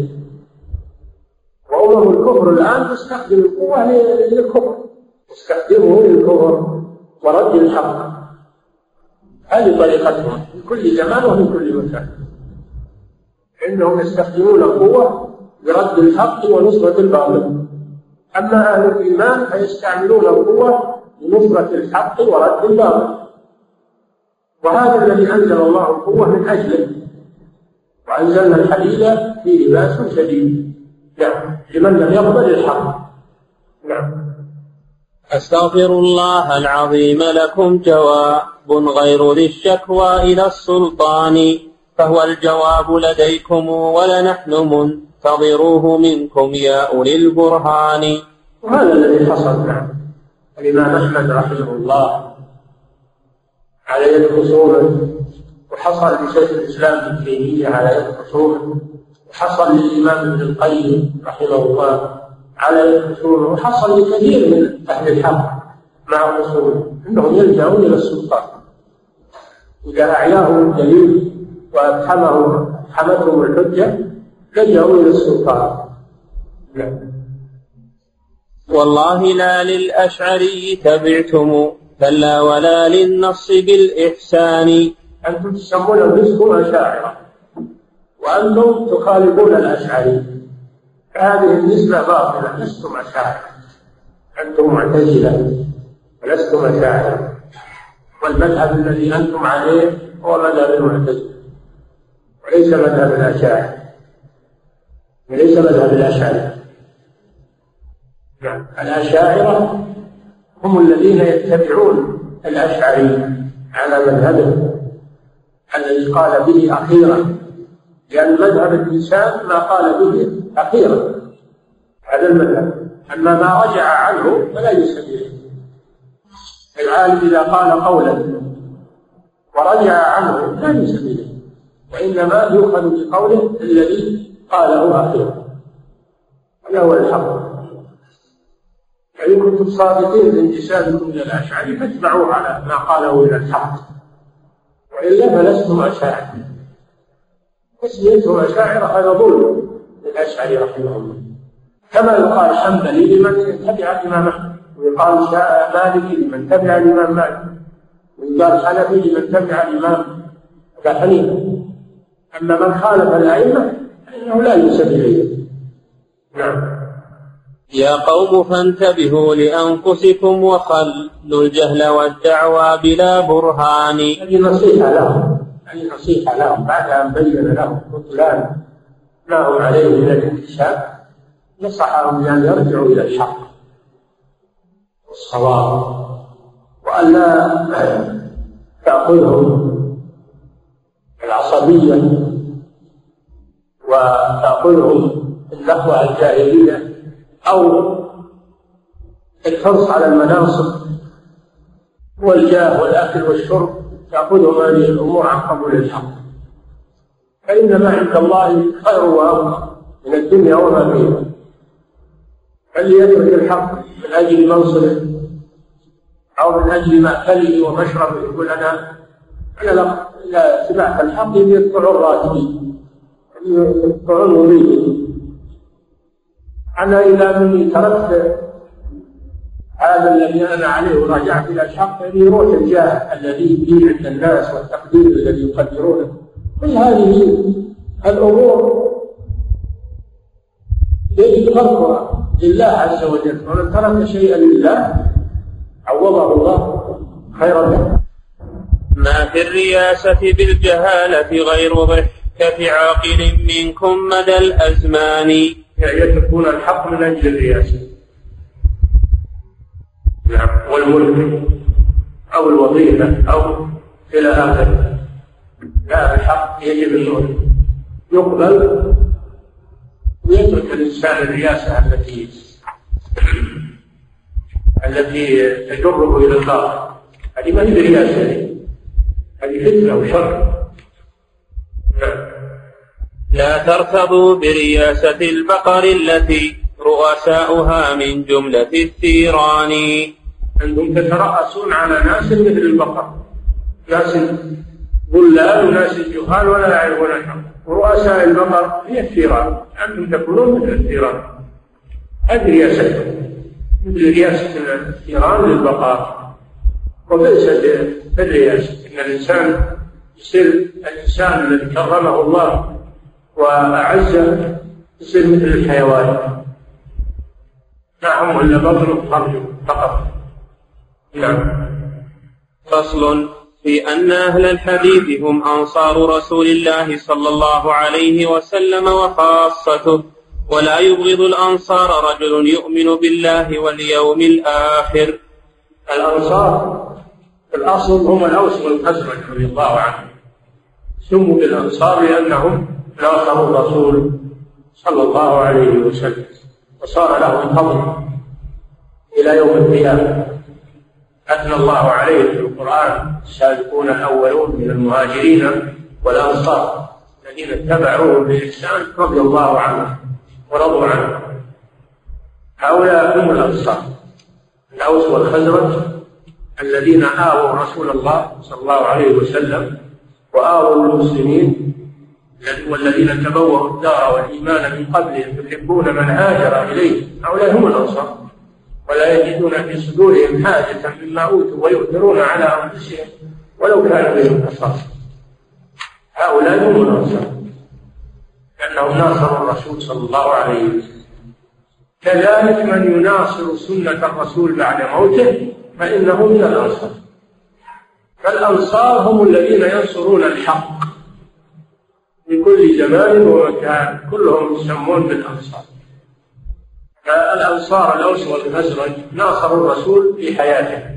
وأمم الكفر الآن تستخدم القوة للكفر، تستخدمه للكفر ورد الحق. هذه طريقتهم في كل زمان وفي كل مكان، إنهم يستخدمون القوة لرد الحق ونصرة الباطل. أما أهل الإيمان فيستعملون القوة لنصرة الحق ورد الباطل. وهذا الذي أنزل الله القوة من أجله، وأنزلنا الحديد فيه بأس شديد، نعم، لمن لم يقبل الحق. نعم. أستغفر الله العظيم لكم جواب غير ذي الشكوى إلى السلطان، فهو الجواب لديكم ولنحن منتظروه منكم يا أولي البرهان. وهذا الذي حصل مع الإمام أحمد رحمه الله على يد خصومه، وحصل لشيخ الإسلام ابن تيمية على يد خصومه، وحصل للإمام ابن القيم رحمه الله على يد خصومه، وحصل لكثير من أهل الحق مع خصومه أنهم يلجأون إلى السلطان إذا أعياهم الدليل وأفحمه حمتهم الحجة، لجأوا إلى السلطان. والله لا للأشعري تبعتم كلا ولا للنص بالإحسان. أنتم تسمون الرزق أشاعرة وأنتم تخالفون الأشعري، هذه النسبة باطلة. لستم أشاعرة، أنتم معتزلة ولستم أشاعرة، والمذهب الذي أنتم عليه هو مذهب المعتزلة وليس مذهب الأشاعرة، وليس مذهب الأشاعرة. نعم، الأشاعرة هم الذين يتبعون الأشعري على مذهبه الذي قال به أخيرا، لأن مذهب الإنسان ما قال به أخيرا، هذا المذهب. أما ما رجع عنه فلا يسميه. العالم إذا قال قولا ورجع عنه لا يسميه، وإنما يؤخذ بقوله الذي قاله أخيرا، هذا هو الحق. فإن كنتم صادقين في انتسابكم إلى الأشعري فاتبعوه على ما قاله إلى الحق، وإلا فلستم أشاعرة. تسميتهم أشاعرة هذا ظلم للأشعري رحمه الله، كما يقال حنبلي لمن تبع الإمام أحمد، ويقال مالكي لمن تبع الإمام مالك، ويقال حنفي لمن تبع الإمام أبا حنيفة. أما من خالف الأئمة فإنه لا ينسب إليه. نعم. يا قوم فانتبهوا لأنفسكم وخلوا الجهل والدعوى بلا برهان. هذه نصيحة لهم، هذه نصيحة لهم بعد أن بين لهم بطلان ما هم عليه من الانكشاف، نصحهم بأن يرجعوا إلى الحق والصواب، وأن لا تأخذهم العصبية وتأخذهم النخوة الجاهلية أو الحرص على المناصب والجاه والأكل والشرب، تأخذهم هذه الأمور عن قبول الحق. فإن ما عند الله خير وأبقى من الدنيا وما فيها. فاللي يترك الحق من أجل منصبه أو من أجل مأكله ومشربه يقول أنا أنا إذا سمعت الحق يقطعون راتبي يقطعون مريدي، أنا إذا مني تركت هذا الذي أنا عليه ورجعت إلى الحق يروح الجاه الذي فيه عند الناس والتقدير الذي يقدرونه. كل هذه الأمور يجب تركها لله عز وجل، ومن ترك شيئا لله عوضه الله خيرا منه. ما في الرياسة بالجهالة غير ضحكة عاقل منكم مدى الأزمان. يعني يتركون الحق من أجل الرياسة والملك أو الوظيفة أو إلى آخره. لا، الحق يجب أن يقبل ويترك الإنسان الرياسة التي التي تجره إلى الباطل. هذه ما هي برياسة، هذه فتنة وشر. لا تركضوا برياسة البقر التي رؤساؤها من جملة الثيران. أنتم تترأسون على ناس مثل البقر، ناس ضلال وناس جهال ولا يعرفون الحق، ورؤساء البقر هي الثيران، أنتم تكونون مثل الثيران. هذه رياستكم مثل رياسة الثيران للبقر. وبئست الرياسة، إن الإنسان يصير الإنسان الذي كرمه الله وأعزه يصير مثل الحيوان، معهم إلا بطن وخرج فقط. نعم. فصل في أن أهل الحديث هم أنصار رسول الله صلى الله عليه وسلم وخاصته، ولا يبغض الأنصار رجل يؤمن بالله واليوم الآخر. الأنصار في الأصل هم الأوس والخزرج رضي الله عنهم، سموا بالأنصار لأنهم ناصروا الرسول صلى الله عليه وسلم، وصار لهم فضل إلى يوم القيامة. أثنى الله عليه في القرآن: السابقون الأولون من المهاجرين والأنصار الذين اتبعوهم بإحسان رضي الله عنهم ورضوا عنه. هؤلاء هم الأنصار، الأوس والخزرج الذين آووا رسول الله صلى الله عليه وسلم وآووا المسلمين، والذين تبوأوا الدار والإيمان من قبلهم يحبون من هاجر إليه. هؤلاء هم الأنصار، ولا يجدون في صدورهم حاجة مما أوتوا ويؤثرون على أنفسهم ولو كان بهم خصاصة. هؤلاء هم الأنصار لأنهم ناصروا الرسول صلى الله عليه وسلم. كذلك من يناصر سنة الرسول بعد موته فإنه من الأنصار. فالأنصار هم الذين ينصرون الحق في كل زمان ومكان، كلهم يسمون بالأنصار. فالأنصار الأوس والخزرج ناصروا الرسول في حياته،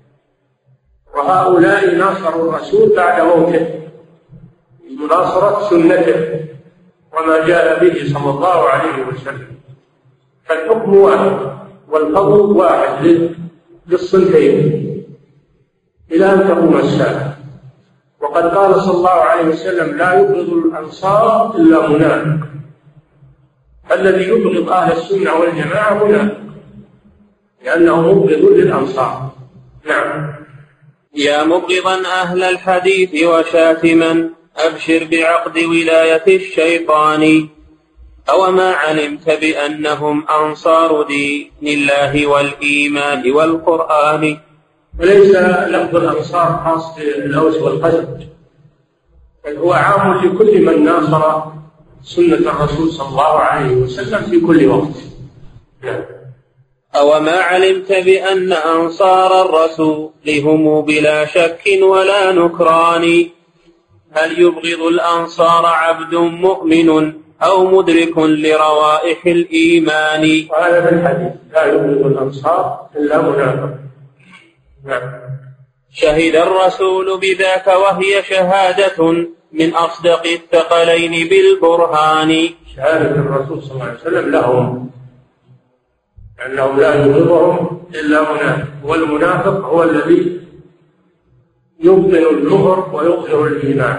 وهؤلاء ناصروا الرسول بعد موته بمناصرة سنته وما جاء به صلى الله عليه وسلم. فالحكم واحد والفضل واحد للصنفين إلى أن تقوم الساعة. وقد قال صلى الله عليه وسلم: لا يبغض الأنصار إلا منافق. الذي يبغض أهل السنة والجماعة منافق، لأنه مبغض للأنصار. نعم. يا مبغضا أهل الحديث وشاتما أبشر بعقد ولاية الشيطان. أوما علمت بأنهم أنصار دين الله والإيمان والقرآن. وليس لفظ الأنصار خاص بالأوس والخزرج، بل هو عام لكل من ناصر سنة الرسول صلى الله عليه وسلم في كل وقت. أوما علمت بأن أنصار الرسول هم بلا شك ولا نكران. هل يبغض الأنصار عبد مؤمن أو مدرك لروائح الإيمان؟ وهذا في الحديث: لا يبغض الأنصار إلا منافق. شهد الرسول بذاك وهي شهادة من أصدق الثقلين بالبرهان. شهادة الرسول صلى الله عليه وسلم لهم أنهم لا يبغضهم إلا منافق، والمنافق هو الذي يبطن الكفر ويظهر الإيمان.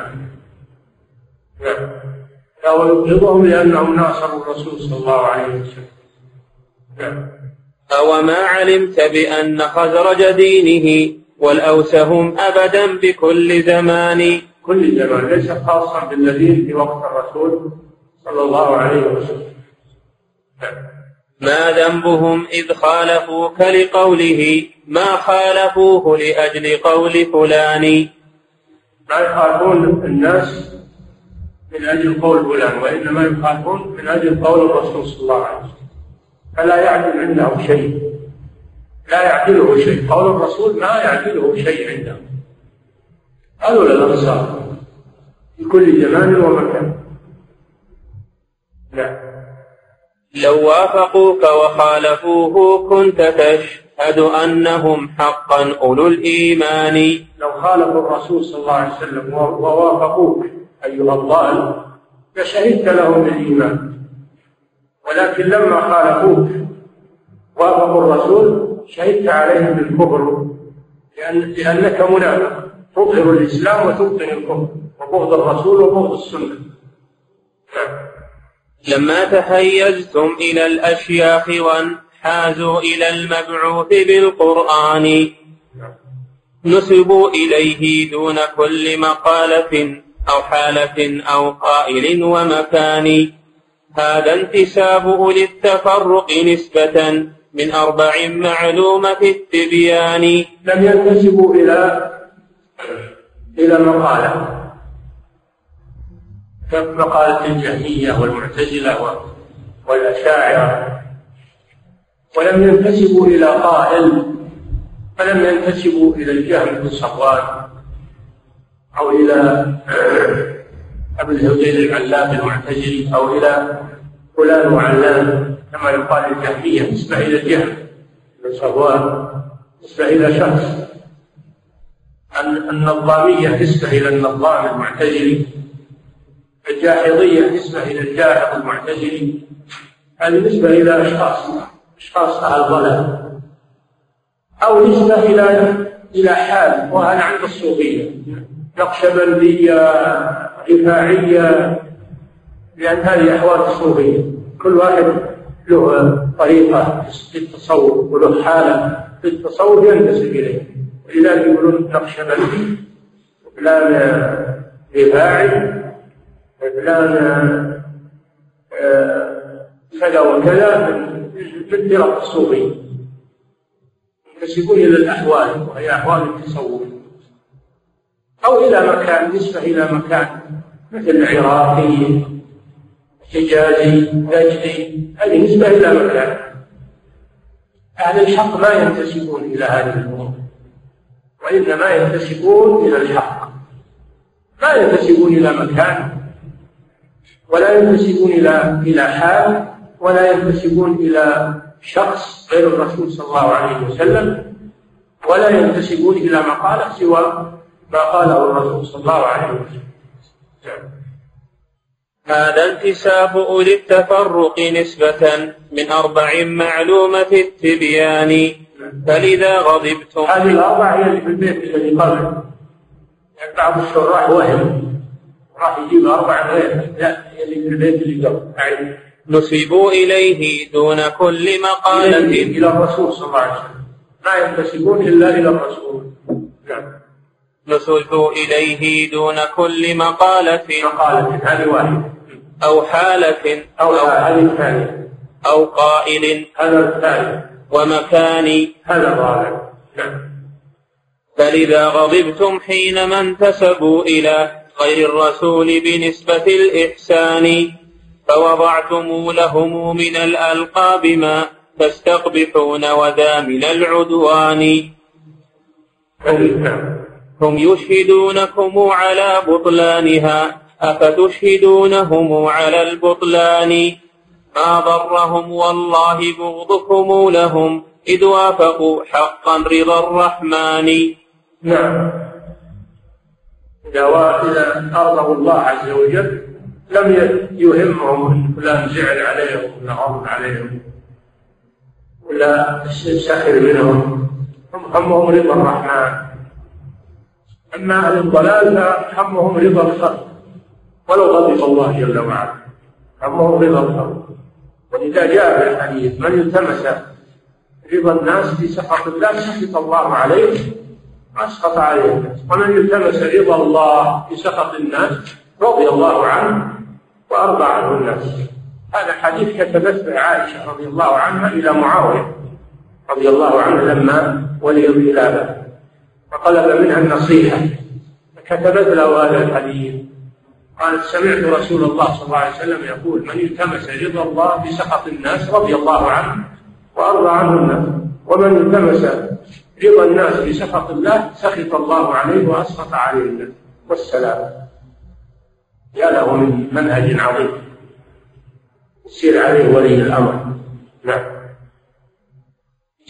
فهو يبغضهم لأنهم ناصروا الرسول صلى الله عليه وسلم. أوما علمت بأن خزرج دينه والأوس هم أبدا بكل زمان. كل زمان، ليس خاصا بالذين في وقت الرسول صلى الله عليه وسلم. ما ذنبهم إذ خالفوك لقوله ما خالفوه لأجل قول فلان. ما يخالفون الناس من أجل قول فلان، وإنما يخالفون من أجل قول الرسول صلى الله عليه وسلم، فلا يعدل عنده شيء، لا يعدله شيء. قول الرسول ما يعدله شيء عنده. هذول الأنصار في كل زمان ومكان. لا. لو وافقوك وخالفوه كنت نشهد أنهم حقا أولو الإيمان. لو خالفوا الرسول صلى الله عليه وسلم ووافقوك أيها الضال لشهدت لهم بالإيمان، ولكن لما خالفوك وافقوا الرسول شهدت عليهم بالكفر، لأن لأنك منافق تظهر الإسلام وتبطن الكفر وبغض الرسول وبغض السنة. لما تحيزتم إلى الأشياخ وانحازوا إلى المبعوث بالقرآن نسبوا إليه دون كل مقالة أو حالة أو قائل ومكان. هذا انتساب للتفرق نسبة من أربع معلومة التبيان. لم ينتسبوا إلى إلى مقالة كمقالة الجهمية والمعتزلة والأشاعرة، ولم ينتسبوا إلى قائل، فلم ينتسبوا إلى الجهم بن صفوان أو إلى أبي الهذيل العلاف المعتزلي أو إلى فلان وعلان كما يقال الجهمية نسبة إلى الجهم بن صفوان، نسبة إلى شخص. النظامية نسبة إلى النظام المعتزلي، الجاحظية نسبة إلى الجاحظ المعتزلي، هذه نسبة إلى أشخاص أشخاص أهل ضلال، أو نسبة إلى إلى حال، وهذا عند الصوفية نقشبندية رفاعية، لأن هذه أحوال الصوفية كل واحد له طريقة في التصور وله حالة في التصور ينتسب إليه، ولذلك يقولون نقشبندي وفلان رفاعي وفلان كذا وكذا من فرق الصوفية، ينتسبون إلى الأحوال وهي أحوال التصور، أو إلى مكان، نسبة إلى مكان مثل العراقي حجازي نجدي، هذه نسبة إلى مكان. أهل الحق ما ينتسبون إلى هذه الأمور، وإنما ينتسبون إلى الحق، ما ينتسبون إلى مكان، ولا ينتسبون إلى إلى حال، ولا ينتسبون إلى شخص غير الرسول صلى الله عليه وسلم، ولا ينتسبون إلى مقالة سوى ما قاله الرسول صلى الله عليه وسلم. هذا انتساب أولي التفرق نسبة من أربع معلومة التبيان. فلذا غضبتم. هذه الأربع هي اللي في البيت الذي قبله، يعني بعض الشراح وهم راح يجيب أربع غير، لا هي اللي في البيت اللي قبله. نسبوا إليه دون كل مقالة إليه إلى الرسول صلى الله عليه وسلم، ما ينتسبون إلا إلى الرسول. نعم. نسبوا إليه دون كل مقالة مقالة هذه واحدة، أو حالة أو هذه الثانية، أو قائل هذا الثالث، ومكان هذا الرابع. نعم. فلذا غضبتم حينما انتسبوا إلى غير الرسول بنسبة الإحسان، فوضعتم لهم من الألقاب ما تستقبحون وذا من العدوان. هم يشهدونكم على بطلانها أفتشهدونهم على البطلان. ما ضرهم والله بغضكم لهم إذ وافقوا حقا رضا الرحمن. نعم. إذا أرضوا الله عز وجل لم يهمهم أن فلان زعل عليهم ولا غضب عليهم ولا سخر منهم، هم همهم رضا الرحمن. أما أهل الضلال فهمهم رضا الخلق، ولو غضب الله جل وعلا همهم رضا الخلق. ولذا جاء في الحديث من التمس رضا الناس بسخط الله سخط الله عليه وأسخط عليه الناس، ومن التمس رضا الله بسخط الناس رضي الله عنه وأرضى عنه الناس. هذا حديث كتبت به عائشة رضي الله عنها إلى معاوية رضي الله عنه لما ولي الخلافة، وطلب منها النصيحة، فكتبت له هذا الحديث. قالت سمعت رسول الله صلى الله عليه وسلم يقول من التمس رضا الله بسخط الناس رضي الله عنه وأرضى عنه الناس، ومن التمس رضا الناس بسخط الله سخط الله عليه وأسخط عليه الناس. والسلام. يا له من منهج عظيم يسير عليه ولي الأمر. نعم.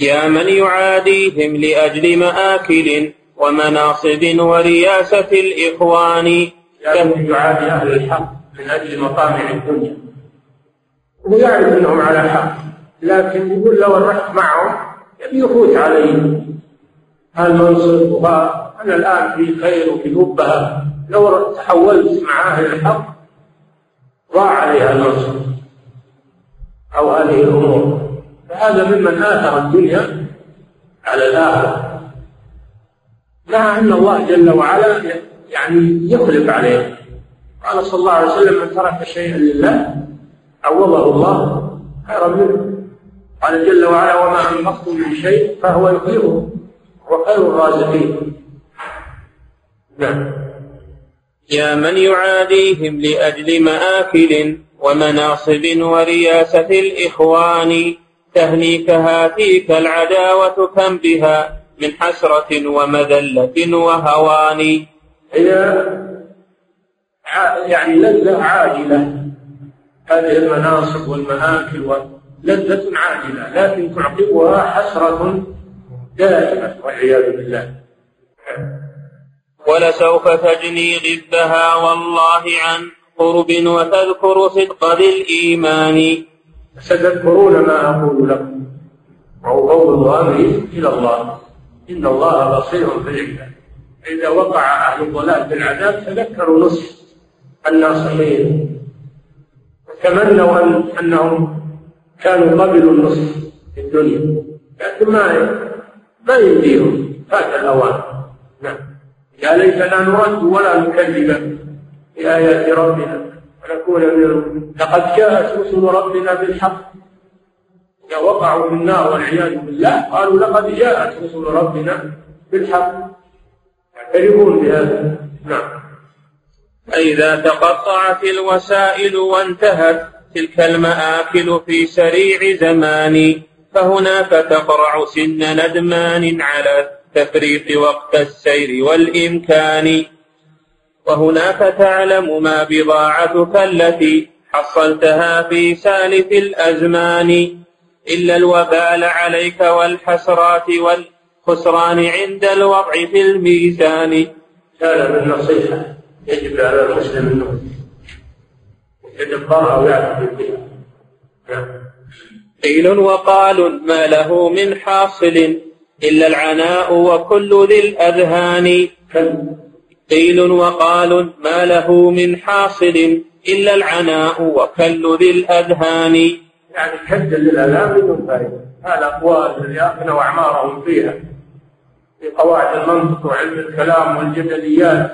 يا من يعاديهم لأجل مآكل ومناصب ورياسة الإخوان. يا من يعادي أهل الحق من أجل مطامع الدنيا، ويعرف أنهم على حق، لكن يقول لو رحت معهم يفوت علي المنصب، وأنا الآن في خير وفي نبهة، لو تحولت مع أهل الحق ضاع عليها المنصب أو هذه الأمور. فهذا ممن آثر الدنيا على الآخرة، مع أن الله جل وعلا يعني يخلف عليه. قال صلى الله عليه وسلم: من ترك شيئا لله عوضه الله خيرا منه. قال جل وعلا: وما أنفقتم من شيء فهو يخلفه وخير الرازقين. نعم. يا من يعاديهم لأجل مآكل ومناصب ورياسة الإخوان، تهنيك هاتيك العداوة كم بها من حسرة ومذلة وهوان. هي يعني لذة عاجلة، هذه المناصب والمآكل لذة عاجلة، لكن تعقبها حسرة دائمة والعياذ بالله. ولسوف تجني ضدها والله عن قرب وتذكر صدق ذي الإيمان. ستذكرون ما أقول لكم وأفوض أمري إلى الله إن الله بصير بالعباد. إذا وقع أهل الضلال بالعذاب تذكروا نصح الناصحين وتمنوا أن أنهم كانوا قبلوا النصح في الدنيا، لكن ما ما يمديهم، فات الأوان. نعم. يا ليتنا نرد ولا نكذب بآيات ربنا ونكون من لقد جاءت رسل ربنا بالحق. إذا وقعوا في النار والعياذ بالله قالوا لقد جاءت رسل ربنا بالحق، يعترفون بهذا. نعم. فإذا تقطعت الوسائل وانتهت تلك المآكل في سريع زمان، فهناك تقرع سن ندمان على التفريط وقت السير والإمكان، وهناك تعلم ما بضاعتك التي حصلتها في سالف الأزمان، إلا الوبال عليك والحسرات والخسران عند الوضع في الميزان. هذا من نصيحة يجب على المسلم أنه يتدبرها ويعتقد بها. قيل وقال ما له من حاصل إلا العناء وكل ذي الأذهان. قيل وقال ما له من حاصل إلا العناء وكل ذي الأذهان. يعني كد للآلام بدون فائدة. هذا أقوال الذي أفنوا أعمارهم فيها في قواعد المنطق وعلم الكلام والجدليات،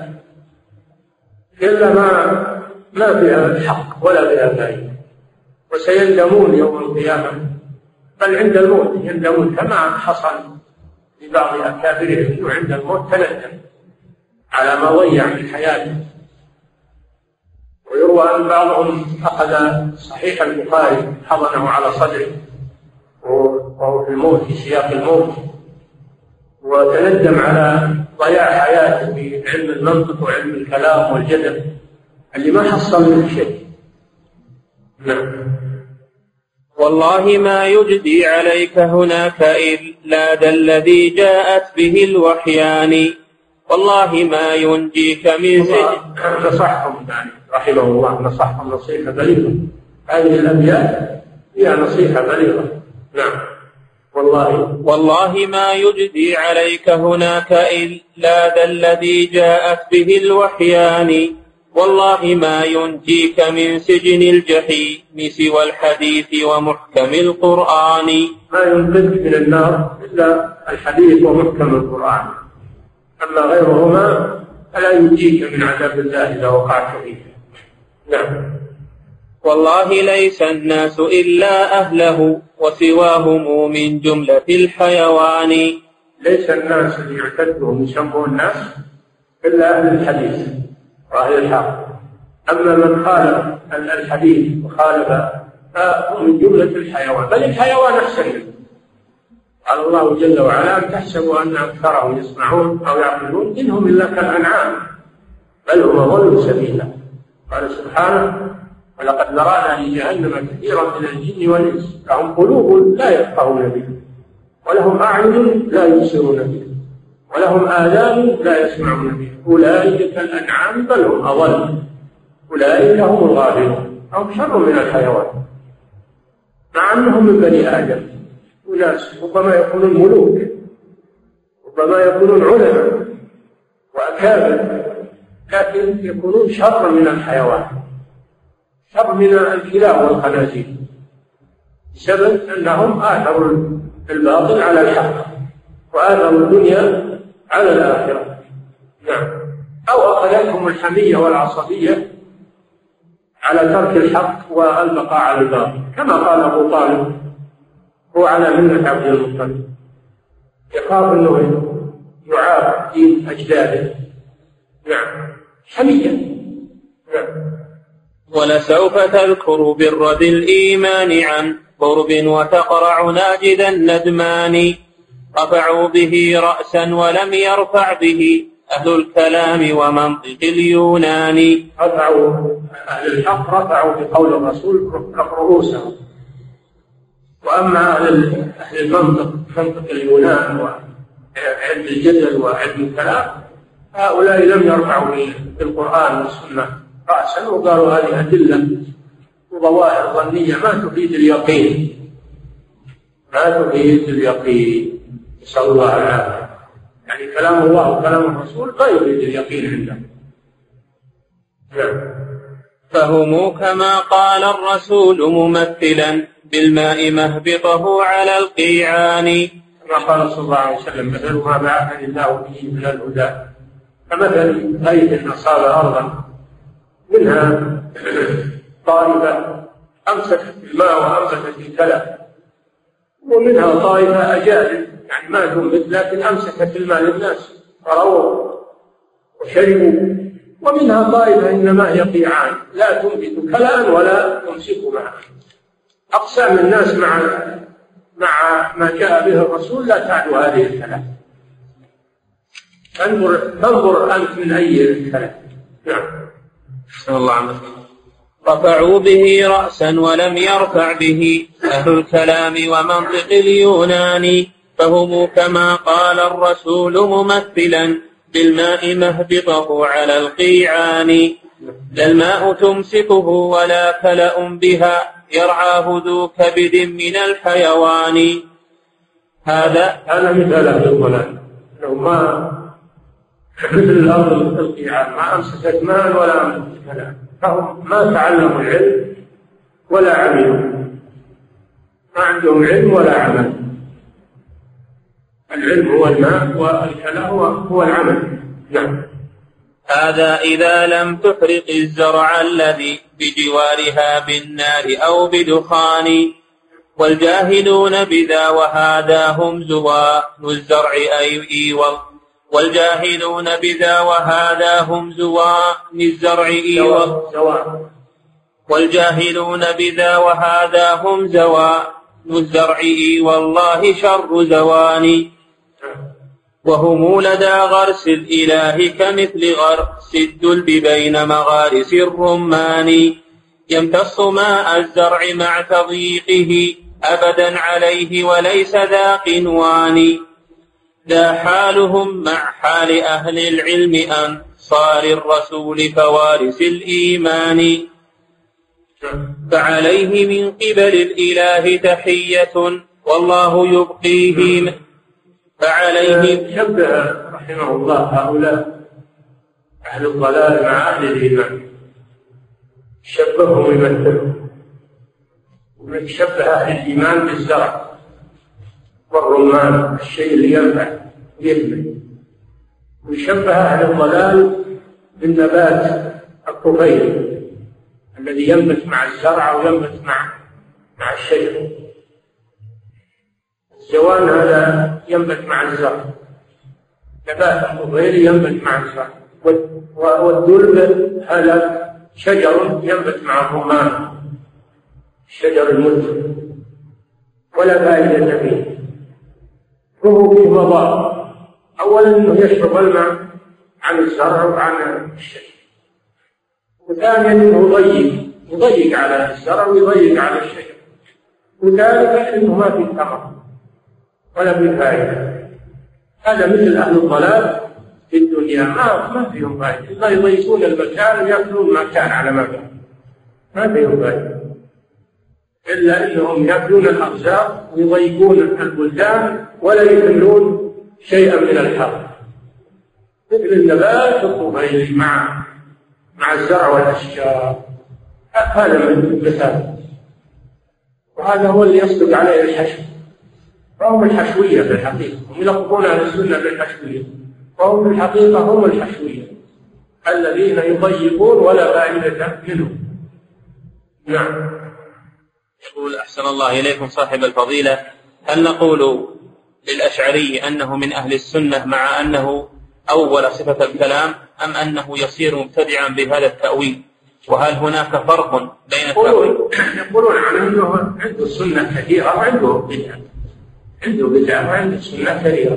إلا ما ما فيها الحق ولا فيها فائدة، وسيندمون يوم القيامة، بل عند الموت يندمون كما حصل لبعض أكابرهم وعند الموت تندم على ما ضيع من حياته. ويروى أن بعضهم أخذ صحيح البخاري حضنه على صدره وهو في الموت في سياق الموت، وتندم على ضياع حياته في علم المنطق وعلم الكلام والجدل اللي ما حصل منه شيء. نعم. والله ما يجدي عليك هناك إلا ذا الذي جاءت به الوحيان، والله ما ينجيك من سجن. نصحهم يعني رحمه الله، نصحهم نصيحة بليغة. هذه الأبيات فيها نصيحة بليغة. نعم. والله والله ما يجدي عليك هناك إلا ذا الذي جاءت به الوحيان، والله ما ينجيك من سجن الجحيم سوى الحديث ومحكم القرآن. ما ينقذك من النار إلا الحديث ومحكم القرآن، أما غيرهما فلا ينجيك من عذاب الله إذا وقعت فيه. نعم. والله ليس الناس إلا أهله وسواهم من جملة الحيوان. ليس الناس اللي يعتدهم يسمون الناس إلا أهل الحديث وأهل الحق، أما من خالف الحديث وخالف فهو من جملة الحيوان، بل الحيوان أحسن منه. قال الله جل وعلا أم تحسبوا أن أكثرهم يسمعون أو يعقلون إنهم إلا كالأنعام بل هم أضل سبيلا. قال سبحانه ولقد ذرأنا لجهنم كثيرا من الجن والإنس لهم قلوب لا يفقهون بها ولهم أعين لا يبصرون بها ولهم آذان لا يسمعون بها أولئك كالأنعام بل هم أضل أولئك هم الغافلون أو شر من الحيوان مع أنهم من بني آدم وناس ربما يكونون ملوك ربما يكونون علماء وأكابر لكن يكونون شر من الحيوان شر من الكلاب والخنازير بسبب أنهم آثروا الباطل على الحق وآثروا الدنيا على الآخرة. نعم. أو أخذتهم الحمية والعصبية على ترك الحق والبقاء على الباطل كما قال أبو طالب هو على ملة عبد المطلب يخاف أنه يعاب دين أجداده. نعم. حمية. نعم. ولسوف تذكر بالرد الإيمان عن قرب وتقرع ناجد الندمان رفعوا به رأسا ولم يرفع به أهل الكلام ومنطق اليونان. رفعوا أهل الحق رفعوا بقول الرسول رؤوسهم وأما أهل المنطق منطق اليونان وعلم الجدل وعلم الكلام هؤلاء لم يرفعوا بالقرآن والسنة رأسا وقالوا هذه أدلة وظواهر ظنية ما تفيد اليقين ما تفيد اليقين نسأل الله العافية. يعني كلام الله وكلام الرسول لا يفيد اليقين عندهم. فهم كما قال الرسول ممثلا بالماء مهبطه على القيعان كما قال صلى الله عليه وسلم مثل ما بعثني الله به من الهدى كمثل غيث أصاب أرضا منها طائفة أمسكت الماء وأمسكت الكلى ومنها طائفة أجادل يعني ما تنبت لكن أمسكت الماء للناس فرووا وشربوا ومنها طائفة إنما هي قيعان لا تنبت كلاً ولا تمسك معه. أقسام الناس مع مع ما جاء به الرسول لا تعد هذه الثلاث. انظر تنظر أنت من أي الثلاث. نعم. صلى الله عليه وسلم. رفعوا به رأسا ولم يرفع به أهل الكلام ومنطق اليونان فهم كما قال الرسول ممثلا بالماء مهبطه على القيعان لا الماء تمسكه ولا كلأ بها يرعاه ذو كبد من الحيوان. هذا هذا مثال أهل الضلال لو ما مثل الأرض القيعان ما أمسكت ماء ولا أمسكت كلام فهم ما تعلموا العلم ولا عملوا ما عندهم علم ولا عمل. العلم هو الماء والكلام هو, هو العمل. نعم. هذا إذا لم تحرق الزرع الذي بجوارها بالنار أو بدخان والجاهلون بذا وهذا هم زوان الزرع أي والجاهلون بذا وهذا هم زوان الزرع والجاهلون بذا وهذا هم زوان الزرع والله شر زوان وهم لدى غرس الإله كمثل غرس الدلب بين مغارس الرمان يمتص ماء الزرع مع تضييقه أبدا عليه وليس ذا قنوان ذا حالهم مع حال أهل العلم أنصار الرسول فوارث الإيمان فعليه من قبل الإله تحية والله يبقيه فعليه شبه رحمه الله هؤلاء أهل الضلال مع أهل الإيمان شبههم يمثلهم شبه أهل الإيمان بالزرع والرمان الشيء اللي ينفع يثمر ويشبه أهل الضلال بالنبات الطفيل الذي ينبت مع الزرع وينبت مع مع الشجر. الزوان هذا ينبت مع الزرع نبات الطفيل ينبت مع الزرع والدلب هذا شجر ينبت مع الرمان الشجر المثمر ولا فائدة فيه. هو فيه مضار أولا أنه يشرب الماء عن الزرع وعن الشجر وثانيا أنه يضيق يضيق على الزرع ويضيق على الشجر وثالثا أنه ما في ثمر ولا بفائدة. هذا مثل أهل الضلال في الدنيا، ما ما فيهم فائدة، إلا يضيفون المكان ويأكلون ما كان على ما كان، ما فيهم فائدة، إلا أنهم يأكلون الأرزاق ويضيقون البلدان ولا يحلون شيئا من الحق، مثل النبات الطفيلي مع مع الزرع والأشجار. هذا من مثال، وهذا هو اللي يصدق عليه الحشو، وهم الحشوية في الحقيقة، هم يلقبون أهل السنة بالحشوية، وهم في الحقيقة هم الحشوية الذين يضيقون ولا فائدة منهم. نعم. يقول أحسن الله إليكم صاحب الفضيلة، هل نقول للأشعري أنه من أهل السنة مع أنه أول صفة الكلام، أم أنه يصير مبتدعا بهذا التأويل؟ وهل هناك فرق بين التأويل؟ يقولون عنه أنه عنده سنة كثيرة وعنده بدعة، عنده بدعة وعنده سنة كثيرة،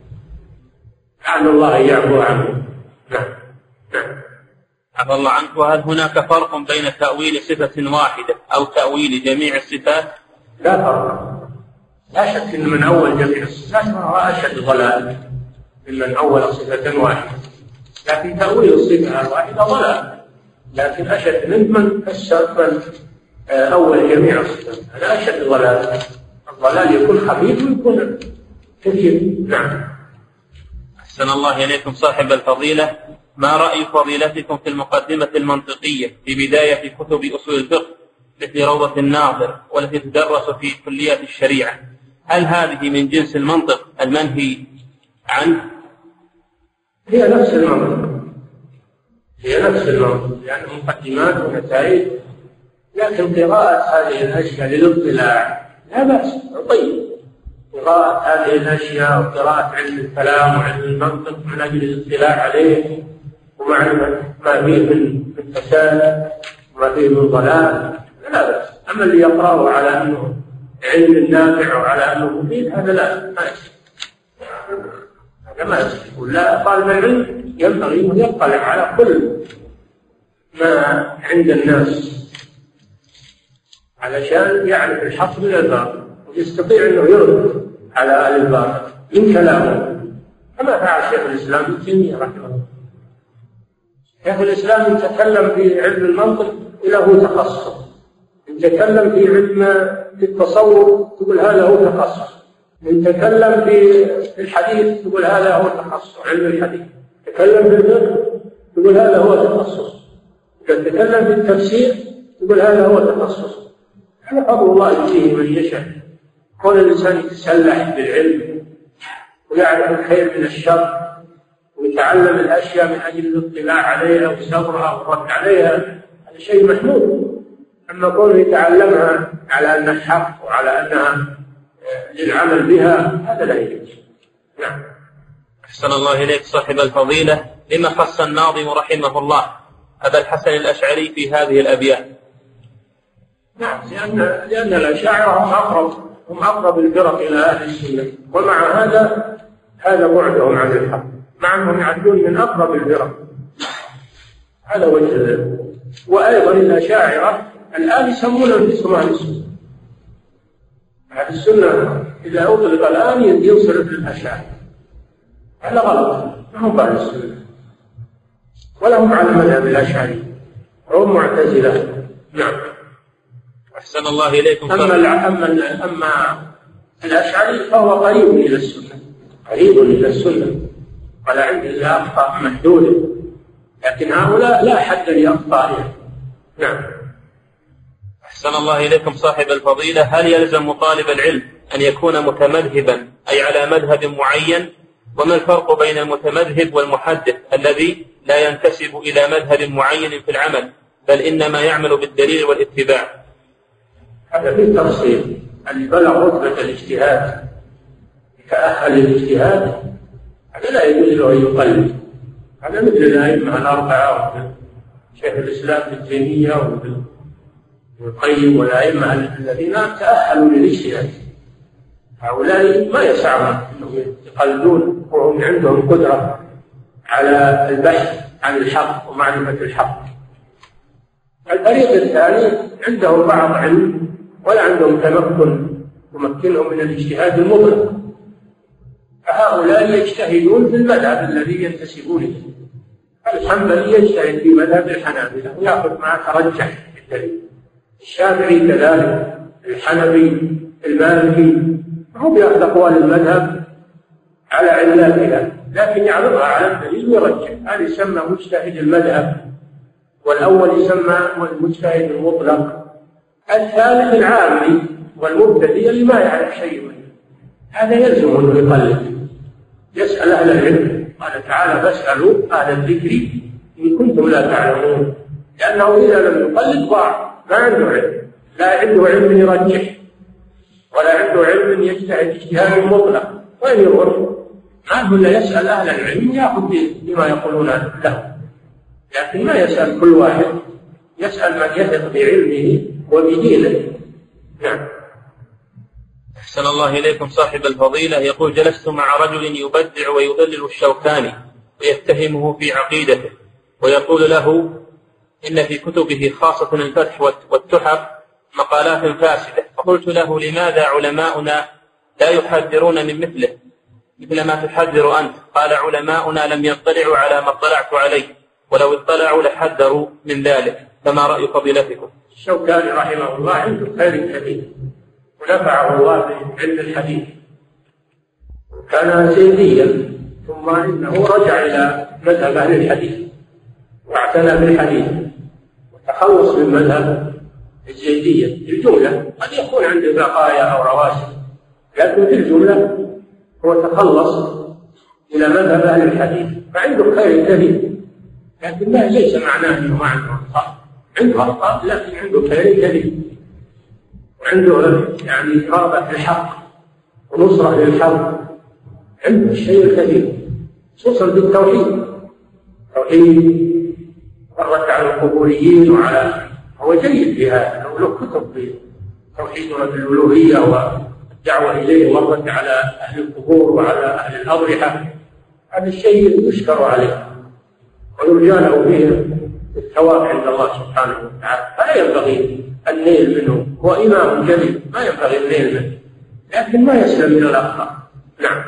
لعل الله يعفو عنه. نعم. نعم. عفى الله عنك. وهل هناك فرق بين تأويل صفة واحدة أو تأويل جميع الصفات؟ لا فرق، لا شك أن من أول جميع الصفات فهو أشد ضلال ممن أول صفة واحدة، لكن تأويل الصفة الواحدة ضلال، لكن أشد ممن فسر من أول جميع الصفات، هذا أشد ضلال. الضلال يكون خفيف ويكون كثير. نعم. أحسن الله إليكم صاحب الفضيلة، ما رأي فضيلتكم في المقدمة المنطقية في بداية كتب أصول الفقه مثل روضة الناظر والتي تدرس في كليات الشريعة؟ هل هذه من جنس المنطق المنهي عنه؟ هي نفس المنطق، هي نفس المنطق، يعني مقدمات ونتائج، لكن قراءة هذه الأشياء للاطلاع لا بأس، طيب، قراءة هذه الأشياء وقراءة علم الكلام وعلم المنطق من أجل الاطلاع عليه ومعرفة ما فيه من فساد وما فيه من ضلال لا بأس. أما اللي يقرأه على أنه علم نافع وعلى أنه مفيد هذا لا، ما يصح، هذا ما يصح. ولا طالب العلم ينبغي أن يطلع على كل ما عند الناس علشان يعرف الحق من الباطل ويستطيع أنه يرد على أهل الباطل من كلامه، كما فعل شيخ الإسلام ابن تيمية رحمه الله. شيخ الإسلام يتكلم في علم المنطق له تخصص، يتكلم في علم في التصور تقول هذا هو تخصص، يتكلم في الحديث تقول هذا هو تخصص علم الحديث، يتكلم في الفقه تقول هذا هو تخصص، يتكلم في التفسير تقول هذا هو تخصص. هذا فضل الله يؤتيه من يشاء. كون الإنسان يتسلح بالعلم ويعرف الخير من الشر ويتعلم الأشياء من أجل الاطلاع عليها وصبرها والرد عليها، هذا شيء محمود. أما كونه يتعلمها على أنها حق وعلى أنها للعمل بها هذا لا يجوز. نعم. أحسن الله إليك صاحب الفضيلة، لما خص الناظم رحمه الله أبا الحسن الأشعري في هذه الأبيات؟ نعم، لأن لأن الأشاعرة هم أقرب هم أقرب الفرق إلى أهل السنة، ومع هذا هذا بعدهم عن الحق، مع أنهم يعدون من أقرب الفرق، هذا وجه. وأيضا الأشاعرة الآن يسمونهم باسم أهل السنة. أهل السنة إذا أطلق الآن ينصرف للأشاعرة، هذا غلط، ما هم أهل السنة ولا هم على مذهب الأشعري، هم معتزلة. نعم. أحسن الله إليكم. أما أما أما الأشعري فهو قريب إلى السنة، قريب إلى السنة، ولا عنده أخطاء محدودة، لكن هؤلاء لا حد لأخطائهم. نعم. أحسن الله إليكم صاحب الفضيلة، هل يلزم طالب العلم أن يكون متمذهبا أي على مذهب معين؟ وما الفرق بين المتمذهب والمحدث الذي لا ينتسب إلى مذهب معين في العمل بل إنما يعمل بالدليل والاتباع؟ هذا في تفصيل. اللي بلغ رتبة الاجتهاد يتأهل للاجتهاد هذا لا يجوز له أن يقلد، هذا مثل الأئمة الأربعة شيخ الإسلام ابن تيمية وابن القيم والأئمة الذين تأهلوا للاجتهاد، هؤلاء ما يسعهم أنهم يقلدون وهم عندهم قدرة على البحث عن الحق ومعرفة الحق. الفريق الثاني عندهم بعض علم ولا عندهم تمكن يمكنهم من الاجتهاد المطلق، فهؤلاء يجتهدون في المذهب الذي ينتسبون إليه. الحنبلي يجتهد في مذهب الحنابلة ويأخذ ما ترجح بالدليل، الشافعي كذلك، الحنفي، المالكي، هو يأخذ أقوال المذهب على علاتها لكن يعرضها على الدليل ويرجح. هذا يسمى مجتهد المذهب، والأول يسمى المجتهد المطلق. الثالث العامي والمبتدئ اللي ما يعرف شيء منه، هذا يلزم أنه يقلد، يسأل أهل العلم. قال تعالى فاسألوا أهل الذكر إن كنتم لا تعلمون، لأنه إذا لم يقلد ضاع، ما عنده علم، لا عنده علم يرجح ولا عنده علم يجتهد اجتهاد مطلق، وين يروح؟ ما هو إلا يسأل أهل العلم ويأخذ بما يقولون له، لكن ما يسأل كل واحد، يسأل من يثق بعلمه وبدينه. نعم. أحسن الله إليكم صاحب الفضيلة يقول جلست مع رجل يبدع ويضلل الشوكاني ويتهمه في عقيدته، ويقول له إن في كتبه خاصة الفتح والتحف مقالات فاسدة، فقلت له لماذا علماؤنا لا يحذرون من مثله مثل ما تحذر أنت؟ قال علماؤنا لم يطلعوا على ما اطلعت عليه، ولو اطلعوا لحذروا من ذلك، فما رأي فضيلتكم؟ الشوكاني رحمه الله عنده خير كثير ونفعه الله بعلم الحديث، كان زيديا ثم إنه رجع إلى مذهب أهل الحديث واعتنى بالحديث وتخلص من مذهب الزيدية. الجملة قد يكون عنده بقايا أو رواسب، لكن في الجملة هو تخلص إلى مذهب أهل الحديث، فعنده خير كثير، لكن ما ليس معناه أنه ما عنده أخطاء، عنده أخطاء لكن عنده خير كثير، وعنده يعني إرادة الحق ونصرة للحق، عنده الشيء الكثير خصوصا بالتوحيد، توحيد الرد على القبوريين وعلى، هو جيد بهذا، لو له كتب بتوحيد الألوهية والدعوة إليه والرد على أهل القبور وعلى أهل الأضرحة، هذا الشيء يشكر عليه ويرجى له فيه الثواب عند الله سبحانه وتعالى، فلا ينبغي النيل منه، هو إمام جليل ما ينبغي النيل منه، لكن ما يسلم من الأخطاء. نعم،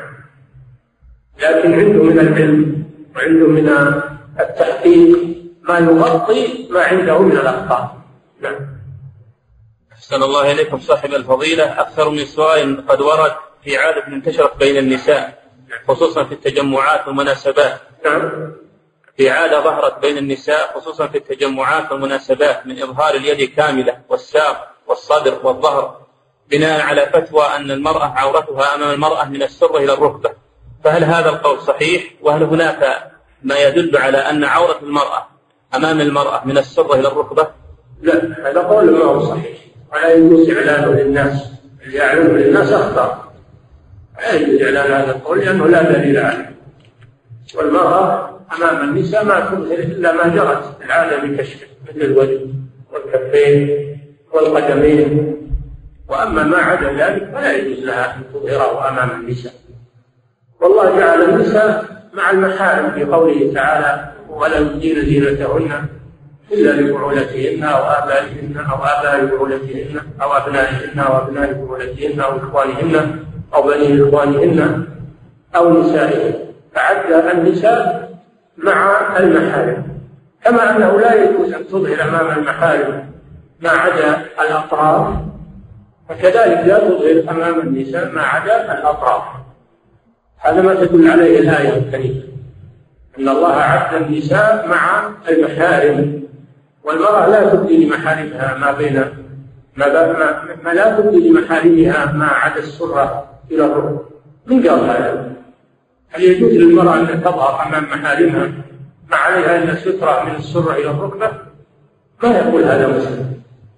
لكن عنده من العلم وعنده من التحقيق ما يغطي ما عنده من الأخطاء. نعم. أحسن الله إليكم صاحب الفضيلة، أكثر من سؤال قد ورد في عادة انتشرت بين النساء خصوصا في التجمعات والمناسبات. نعم. في عادة ظهرت بين النساء خصوصا في التجمعات والمناسبات من إظهار اليد كاملة والساق والصدر والظهر، بناء على فتوى أن المرأة عورتها أمام المرأة من السرة إلى الركبة، فهل هذا القول صحيح؟ وهل هناك ما يدل على أن عورة المرأة أمام المرأة من السرة إلى الركبة؟ لا، هذا قول ما هو صحيح، ولا يجوز إعلانه للناس، اللي يعلنه للناس أخطأ، لا يجوز إعلان هذا القول لأنه لا دليل عليه. والمرأة أمام النساء ما تظهر إلا ما جرت العادة بكشفه، مثل الوجه والكفين والقدمين، وأما ما عدا ذلك فلا يجوز لها أن تظهره أمام النساء. والله جعل النساء مع المحارم في قوله تعالى ولا يبدين زينتهن إلا لبعولتهن أو آبائهن أو آباء بعولتهن أو أبنائهن أو أبناء بعولتهن أو إخوانهن أو بني إخوانهن أو نسائهن، فعد النساء مع المحارم، كما أنه لا يجوز أن تظهر أمام المحارم ما عدا الأطراف، فكذلك لا تظهر أمام النساء ما عدا الأطراف. هذا ما تدل عليه الآية الكريمة، أن الله عد النساء مع المحارم، والمرأة لا تبدي لمحارمها ما بين ما, ما, ما لا تبدي لمحارمها ما عدا السرة إلى الركبة. من قال هذا؟ هل يجوز للمرأة أن تظهر أمام محارمها ما عليها إلا سترة من السرة إلى الركبة؟ ما يقول هذا مسلم.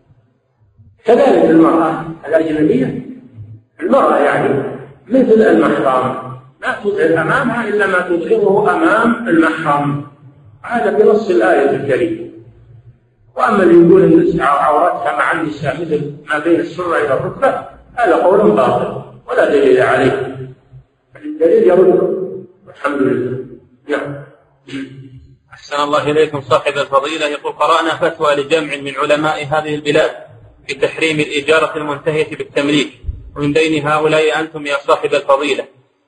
كذلك المرأة الأجنبية، المرأة يعني مثل المحرم لا تظهر أمامها إلا ما تظهره أمام المحرم، هذا بنص الآية الكريمة. وأما اللي يقول أن عورتها مع النساء مثل ما بين السرة إلى الركبة، هذا قول باطل ولا دليل عليه، الدليل يرد. الحمد لله. نعم. أحسن الله إليكم صاحب الفضيلة، يقول قرأنا فتوى لجمع من علماء هذه البلاد في تحريم الإجارة المنتهية بالتمليك، ومن بين هؤلاء أنتم يا صاحب الفضيلة،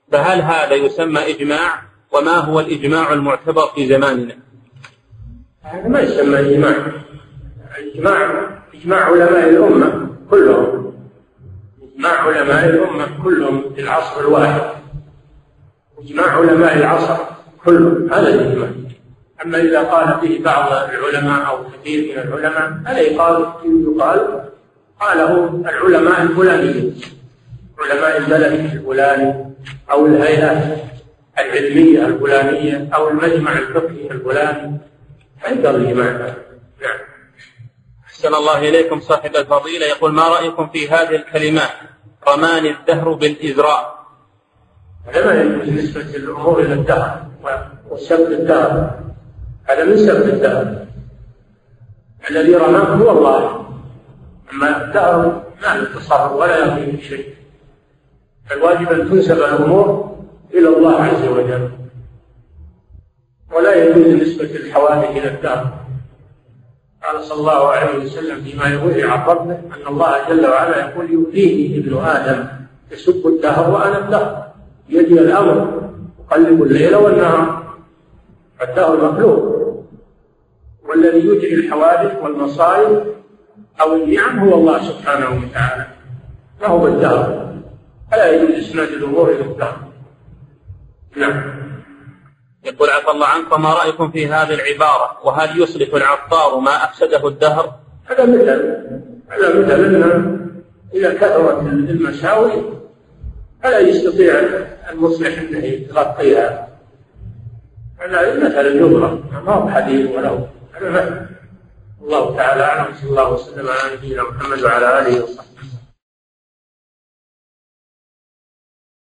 فهل هذا يسمى إجماع؟ وما هو الإجماع المعتبر في زماننا؟ هذا ما يسمى إجماع. إجماع إجماع علماء الأمة كلهم، إجماع علماء الأمة كلهم في العصر الواحد، إجماع علماء العصر كلهم، هذا الإجماع. أما إذا قال به بعض العلماء أو كثير من العلماء هذا يقال يقال قاله العلماء الفلانيين، علماء البلد الفلاني أو الهيئة العلمية الفلانية أو المجمع الفقهي الفلاني، هذا الإجماع. نعم. أحسن الله إليكم صاحب الفضيلة، يقول: ما رأيكم في هذه الكلمات رماني الدهر بالإزراء؟ هذا ما يجوز نسبة الأمور إلى الدهر وسب الدهر، هذا من سب الدهر. الذي رماك هو الله، أما الدهر ما له تصرف ولا يملك شيء. الواجب أن تنسب الأمور إلى الله عز وجل، ولا يجوز نسبة الحوادث إلى الدهر. قال صلى الله عليه وسلم فيما يروي عن ربه أن الله جل وعلا يقول: يؤذيني ابن آدم يسب الدهر وأنا الدهر، بيدي الأمر أقلب الليل والنهار. الدهر مخلوق، والذي يجري الحوادث والمصائب أو النعم هو الله سبحانه وتعالى، ما هو الدهر. فلا يجوز إسناد الأمور إلى الدهر. نعم. يقول: عفى الله عنك، فما رأيكم في هذه العبارة؟ وهل يصلح العطار ما أفسده الدهر؟ هذا مثل هذا مثل أن إذا كثرت المساوي فلا يستطيع المصلح أنه يغطيها. هذا مثل يضرب، ما هو حديث وله، هذا مثل. الله تعالى أعلم. صلى الله وسلم على نبينا محمد وعلى آله وصحبه.